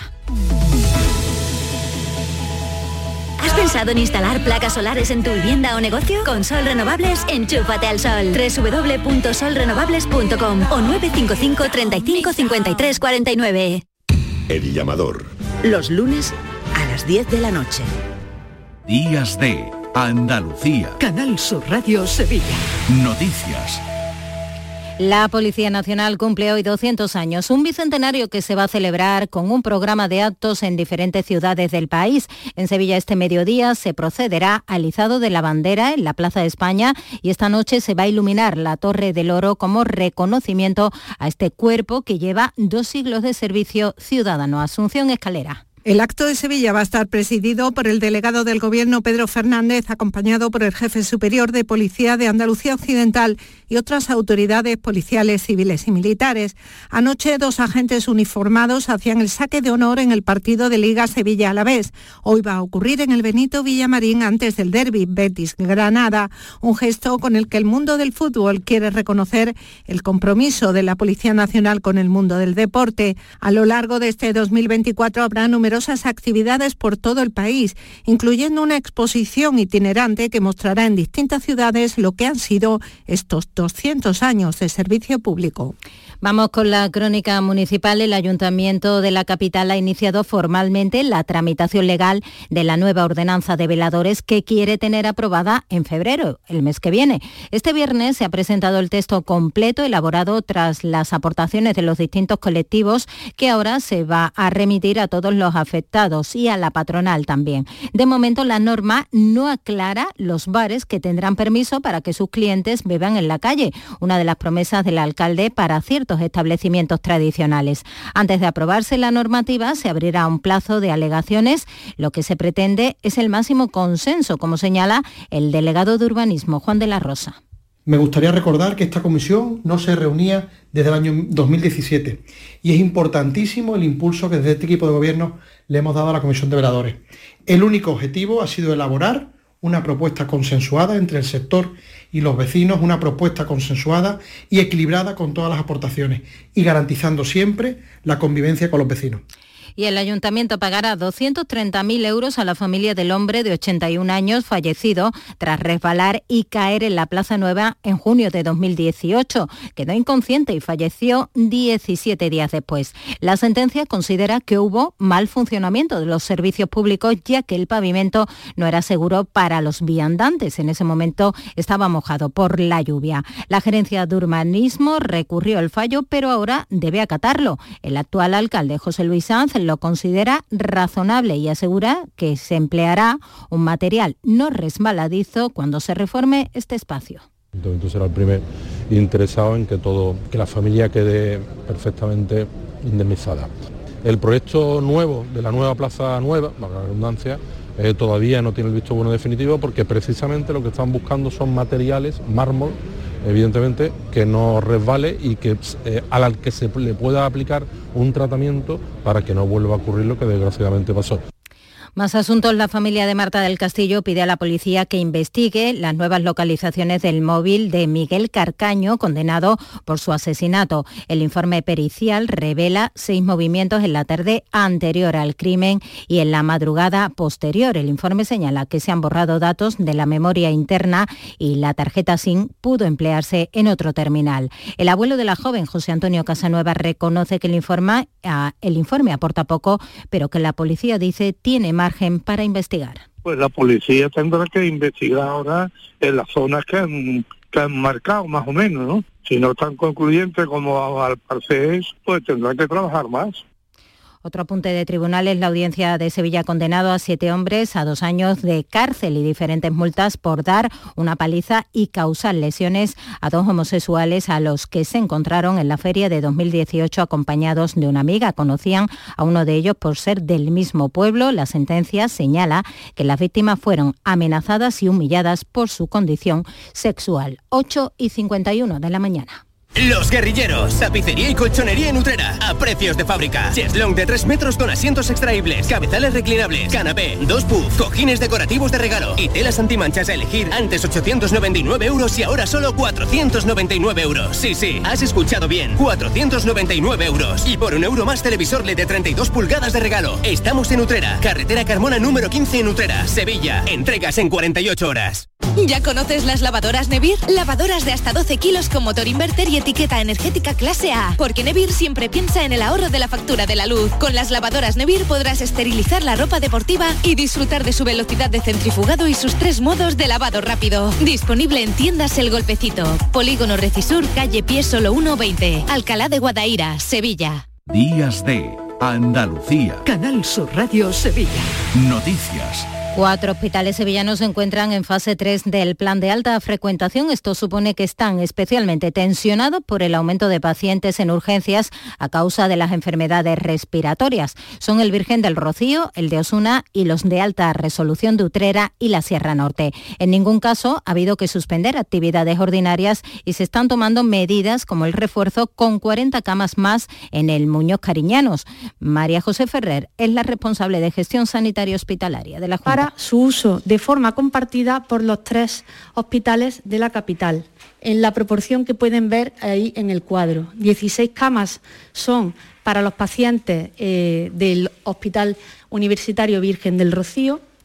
¿Has pensado en instalar placas solares en tu vivienda o negocio? Con Sol Renovables, enchúfate al sol. www.solrenovables.com o 955 35 53 49. El llamador. Los lunes a las 10 de la noche. Días de Andalucía. Canal Sur Radio Sevilla. Noticias. La Policía Nacional cumple hoy 200 años, un bicentenario que se va a celebrar con un programa de actos en diferentes ciudades del país. En Sevilla este mediodía se procederá al izado de la bandera en la Plaza de España y esta noche se va a iluminar la Torre del Oro como reconocimiento a este cuerpo que lleva 2 siglos de servicio ciudadano. Asunción Escalera. El acto de Sevilla va a estar presidido por el delegado del Gobierno, Pedro Fernández, acompañado por el jefe superior de Policía de Andalucía Occidental y otras autoridades policiales, civiles y militares. Anoche 2 agentes uniformados hacían el saque de honor en el partido de Liga Sevilla-Alavés. Hoy va a ocurrir en el Benito Villamarín antes del derbi Betis-Granada, un gesto con el que el mundo del fútbol quiere reconocer el compromiso de la Policía Nacional con el mundo del deporte. A lo largo de este 2024 habrá numerosas actividades por todo el país, incluyendo una exposición itinerante que mostrará en distintas ciudades lo que han sido estos 200 años de servicio público. Vamos con la crónica municipal. El Ayuntamiento de la capital ha iniciado formalmente la tramitación legal de la nueva ordenanza de veladores que quiere tener aprobada en febrero, el mes que viene. Este viernes se ha presentado el texto completo elaborado tras las aportaciones de los distintos colectivos, que ahora se va a remitir a todos los afectados y a la patronal también. De momento, la norma no aclara los bares que tendrán permiso para que sus clientes beban en la calle, una de las promesas del alcalde para ciertos establecimientos tradicionales. Antes de aprobarse la normativa, se abrirá un plazo de alegaciones. Lo que se pretende es el máximo consenso, como señala el delegado de urbanismo, Juan de la Rosa. Me gustaría recordar que esta comisión no se reunía desde el año 2017 y es importantísimo el impulso que desde este equipo de gobierno le hemos dado a la Comisión de Veladores. El único objetivo ha sido elaborar una propuesta consensuada entre el sector y los vecinos, una propuesta consensuada y equilibrada con todas las aportaciones y garantizando siempre la convivencia con los vecinos. Y el Ayuntamiento pagará 230.000 euros a la familia del hombre de 81 años fallecido tras resbalar y caer en la Plaza Nueva en junio de 2018. Quedó inconsciente y falleció 17 días después. La sentencia considera que hubo mal funcionamiento de los servicios públicos, ya que el pavimento no era seguro para los viandantes. En ese momento estaba mojado por la lluvia. La Gerencia de Urbanismo recurrió el fallo, pero ahora debe acatarlo. El actual alcalde, José Luis Sanz, lo considera razonable y asegura que se empleará un material no resbaladizo cuando se reforme este espacio. Entonces será el primer interesado en que la familia quede perfectamente indemnizada. El proyecto nuevo de la nueva Plaza Nueva, para la redundancia, todavía no tiene el visto bueno definitivo porque precisamente lo que están buscando son materiales, mármol, evidentemente, que no resbale y que al que se le pueda aplicar un tratamiento para que no vuelva a ocurrir lo que desgraciadamente pasó. Más asuntos. La familia de Marta del Castillo pide a la policía que investigue las nuevas localizaciones del móvil de Miguel Carcaño, condenado por su asesinato. El informe pericial revela 6 movimientos en la tarde anterior al crimen y en la madrugada posterior. El informe señala que se han borrado datos de la memoria interna y la tarjeta SIM pudo emplearse en otro terminal. El abuelo de la joven, José Antonio Casanueva, reconoce que el informe aporta poco, pero que la policía dice tiene margen para investigar. Pues la policía tendrá que investigar ahora en las zonas que han marcado más o menos, ¿no? Si no es tan concluyente como al parecer es, pues tendrán que trabajar más. Otro apunte de tribunales. La audiencia de Sevilla ha condenado a 7 hombres a 2 años de cárcel y diferentes multas por dar una paliza y causar lesiones a 2 homosexuales a los que se encontraron en la feria de 2018 acompañados de una amiga. Conocían a uno de ellos por ser del mismo pueblo. La sentencia señala que las víctimas fueron amenazadas y humilladas por su condición sexual. 8:51 de la mañana. Los Guerrilleros, tapicería y colchonería en Utrera, a precios de fábrica. Cheslong de 3 metros con asientos extraíbles, cabezales reclinables, canapé, 2 puffs, cojines decorativos de regalo y telas antimanchas a elegir. Antes 899 euros y ahora solo 499 euros. Sí, has escuchado bien, 499 euros. Y por €1 más televisor LED de 32 pulgadas de regalo. Estamos en Utrera, carretera Carmona número 15 en Utrera, Sevilla. Entregas en 48 horas. ¿Ya conoces las lavadoras Nevir? Lavadoras de hasta 12 kilos con motor inverter y etiqueta energética clase A. Porque Nevir siempre piensa en el ahorro de la factura de la luz. Con las lavadoras Nevir podrás esterilizar la ropa deportiva y disfrutar de su velocidad de centrifugado y sus 3 modos de lavado rápido. Disponible en tiendas El Golpecito, Polígono Recisur, calle Pie Solo 120, Alcalá de Guadaira, Sevilla. Días de Andalucía. Canal Sur Radio Sevilla. Noticias. 4 hospitales sevillanos se encuentran en fase 3 del plan de alta frecuentación. Esto supone que están especialmente tensionados por el aumento de pacientes en urgencias a causa de las enfermedades respiratorias. Son el Virgen del Rocío, el de Osuna y los de alta resolución de Utrera y la Sierra Norte. En ningún caso ha habido que suspender actividades ordinarias y se están tomando medidas como el refuerzo con 40 camas más en el Muñoz Cariñanos. María José Ferrer es la responsable de gestión sanitaria hospitalaria de la Junta. Su uso de forma compartida por los 3 hospitales de la capital, en la proporción que pueden ver ahí en el cuadro. 16 camas son para los pacientes del Hospital Universitario Virgen del Rocío,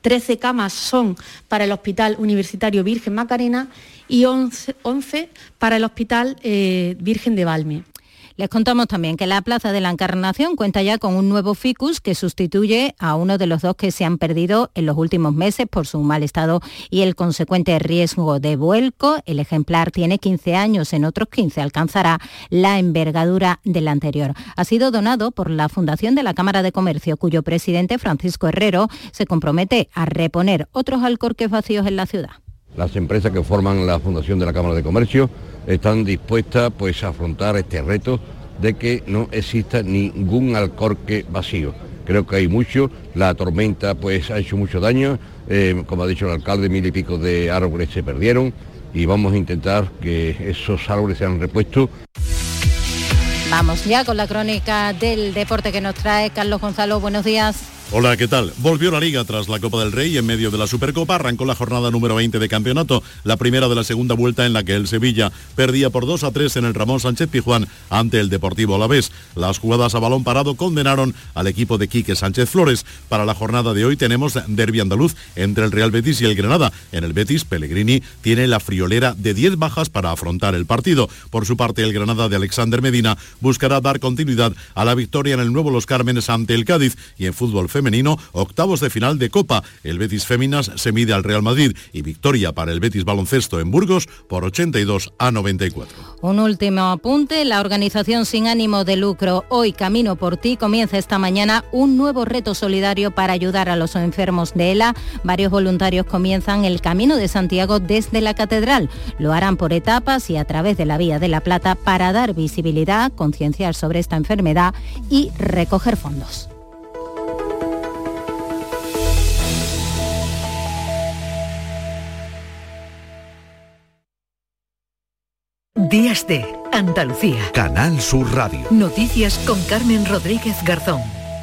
13 camas son para el Hospital Universitario Virgen Macarena y 11 para el Hospital Virgen de Valme. Les contamos también que la Plaza de la Encarnación cuenta ya con un nuevo ficus que sustituye a uno de los dos que se han perdido en los últimos meses por su mal estado y el consecuente riesgo de vuelco. El ejemplar tiene 15 años, en otros 15 alcanzará la envergadura del anterior. Ha sido donado por la Fundación de la Cámara de Comercio, cuyo presidente, Francisco Herrero, se compromete a reponer otros alcorques vacíos en la ciudad. Las empresas que forman la Fundación de la Cámara de Comercio están dispuestas a afrontar este reto de que no exista ningún alcorque vacío. Creo que hay mucho, la tormenta ha hecho mucho daño, como ha dicho el alcalde, 1000 y pico de árboles se perdieron y vamos a intentar que esos árboles sean repuestos. Vamos ya con la crónica del deporte que nos trae Carlos Gonzalo. Buenos días. Hola, ¿qué tal? Volvió la Liga tras la Copa del Rey y en medio de la Supercopa arrancó la jornada número 20 de campeonato, la primera de la segunda vuelta en la que el Sevilla perdía por 2-3 en el Ramón Sánchez Pizjuán ante el Deportivo Alavés. Las jugadas a balón parado condenaron al equipo de Quique Sánchez Flores. Para la jornada de hoy tenemos derbi andaluz entre el Real Betis y el Granada. En el Betis, Pellegrini tiene la friolera de 10 bajas para afrontar el partido. Por su parte, el Granada de Alexander Medina buscará dar continuidad a la victoria en el Nuevo Los Cármenes ante el Cádiz. Y en fútbol femenino, octavos de final de Copa. El Betis Féminas se mide al Real Madrid y victoria para el Betis Baloncesto en Burgos por 82-94. Un último apunte, la organización sin ánimo de lucro Hoy Camino por Ti comienza esta mañana un nuevo reto solidario para ayudar a los enfermos de ELA. Varios voluntarios comienzan el Camino de Santiago desde la Catedral. Lo harán por etapas y a través de la Vía de la Plata para dar visibilidad, concienciar sobre esta enfermedad y recoger fondos. Días de Andalucía. Canal Sur Radio. Noticias con Carmen Rodríguez Garzón.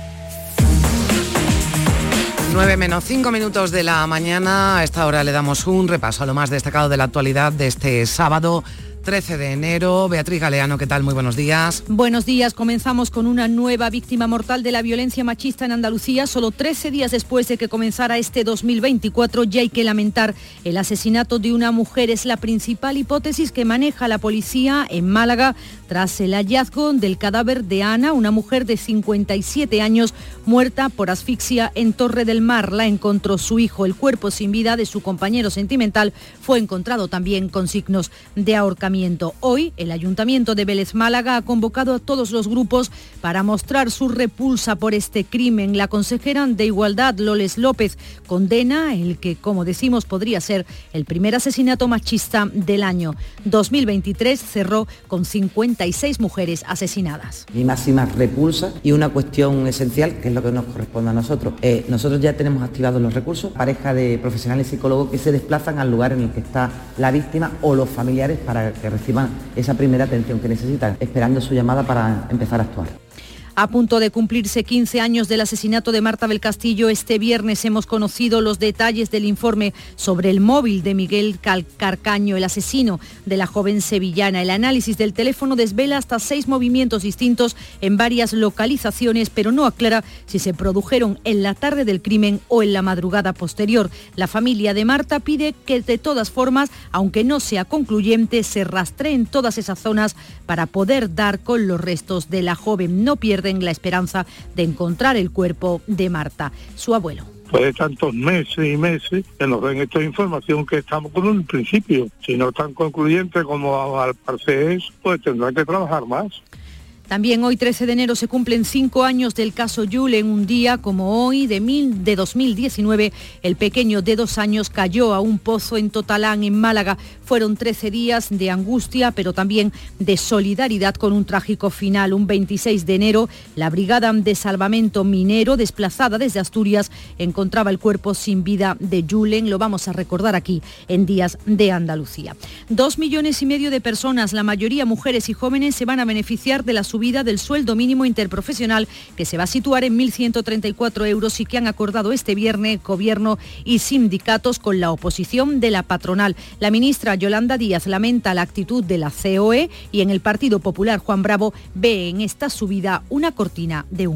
9 menos 5 minutos de la mañana. A esta hora le damos un repaso a lo más destacado de la actualidad de este sábado 13 de enero. Beatriz Galeano, ¿qué tal? Muy buenos días. Buenos días. Comenzamos con una nueva víctima mortal de la violencia machista en Andalucía. Solo 13 días después de que comenzara este 2024, ya hay que lamentar el asesinato de una mujer. Es la principal hipótesis que maneja la policía en Málaga tras el hallazgo del cadáver de Ana, una mujer de 57 años muerta por asfixia en Torre del Mar. La encontró su hijo. El cuerpo sin vida de su compañero sentimental fue encontrado también con signos de ahorcamiento. Hoy, el Ayuntamiento de Vélez Málaga ha convocado a todos los grupos para mostrar su repulsa por este crimen. La consejera de Igualdad, Loles López, condena el que, como decimos, podría ser el primer asesinato machista del año. 2023 cerró con 56 mujeres asesinadas. Mi máxima repulsa y una cuestión esencial, que es lo que nos corresponde a nosotros. Nosotros ya tenemos activados los recursos, pareja de profesionales psicólogos que se desplazan al lugar en el que está la víctima o los familiares para que reciban esa primera atención que necesitan, esperando su llamada para empezar a actuar. A punto de cumplirse 15 años del asesinato de Marta del Castillo, este viernes hemos conocido los detalles del informe sobre el móvil de Miguel Carcaño, el asesino de la joven sevillana. El análisis del teléfono desvela hasta 6 movimientos distintos en varias localizaciones, pero no aclara si se produjeron en la tarde del crimen o en la madrugada posterior. La familia de Marta pide que de todas formas, aunque no sea concluyente, se rastreen todas esas zonas para poder dar con los restos de la joven. No pierden la esperanza de encontrar el cuerpo de Marta, su abuelo. Después de tantos meses y meses que nos den esta información que estamos con un principio. Si no es tan concluyente como al parecer es, pues tendrán que trabajar más. También hoy, 13 de enero, se cumplen 5 años del caso Yulen. Un día como hoy, de 2019, el pequeño de 2 años cayó a un pozo en Totalán, en Málaga. Fueron 13 días de angustia, pero también de solidaridad con un trágico final. Un 26 de enero, la Brigada de Salvamento Minero, desplazada desde Asturias, encontraba el cuerpo sin vida de Yulen. Lo vamos a recordar aquí en Días de Andalucía. 2,5 millones de personas, la mayoría mujeres y jóvenes, se van a beneficiar de la subida del sueldo mínimo interprofesional, que se va a situar en 1.134 euros y que han acordado este viernes Gobierno y sindicatos con la oposición de la patronal. La ministra Yolanda Díaz lamenta la actitud de la COE y en el Partido Popular Juan Bravo ve en esta subida una cortina de humo.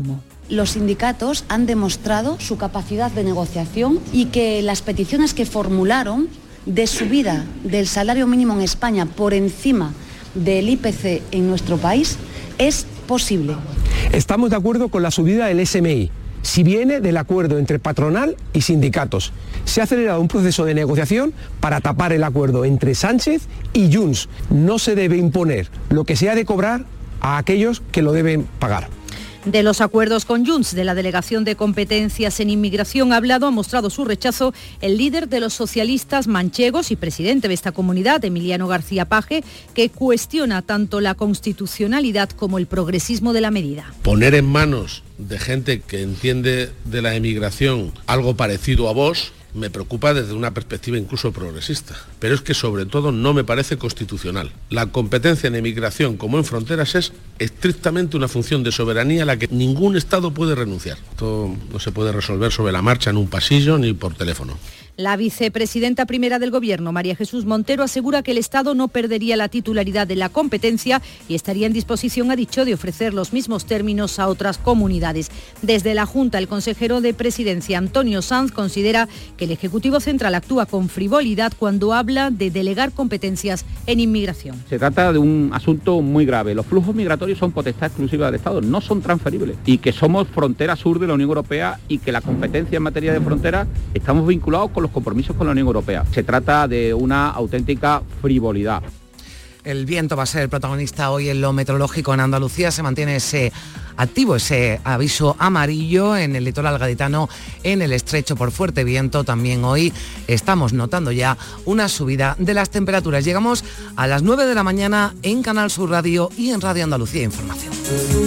Los sindicatos han demostrado su capacidad de negociación y que las peticiones que formularon de subida del salario mínimo en España por encima del IPC en nuestro país es posible. Estamos de acuerdo con la subida del SMI, si viene del acuerdo entre patronal y sindicatos. Se ha acelerado un proceso de negociación para tapar el acuerdo entre Sánchez y Junts. No se debe imponer lo que se ha de cobrar a aquellos que lo deben pagar. De los acuerdos con Junts de la Delegación de Competencias en Inmigración ha mostrado su rechazo el líder de los socialistas manchegos y presidente de esta comunidad, Emiliano García Paje, que cuestiona tanto la constitucionalidad como el progresismo de la medida. Poner en manos de gente que entiende de la emigración algo parecido a Vox me preocupa desde una perspectiva incluso progresista, pero es que sobre todo no me parece constitucional. La competencia en emigración como en fronteras es estrictamente una función de soberanía a la que ningún Estado puede renunciar. Esto no se puede resolver sobre la marcha en un pasillo ni por teléfono. La vicepresidenta primera del Gobierno, María Jesús Montero, asegura que el Estado no perdería la titularidad de la competencia y estaría en disposición, ha dicho, de ofrecer los mismos términos a otras comunidades. Desde la Junta, el consejero de Presidencia, Antonio Sanz, considera que el Ejecutivo Central actúa con frivolidad cuando habla de delegar competencias en inmigración. Se trata de un asunto muy grave. Los flujos migratorios son potestad exclusiva del Estado, no son transferibles. Y que somos frontera sur de la Unión Europea y que la competencia en materia de frontera estamos vinculados con los compromisos con la Unión Europea. Se trata de una auténtica frivolidad. El viento va a ser el protagonista hoy en lo meteorológico en Andalucía. Se mantiene ese aviso amarillo en el litoral gaditano, en el estrecho por fuerte viento. También hoy estamos notando ya una subida de las temperaturas. Llegamos a las 9 de la mañana en Canal Sur Radio y en Radio Andalucía Información.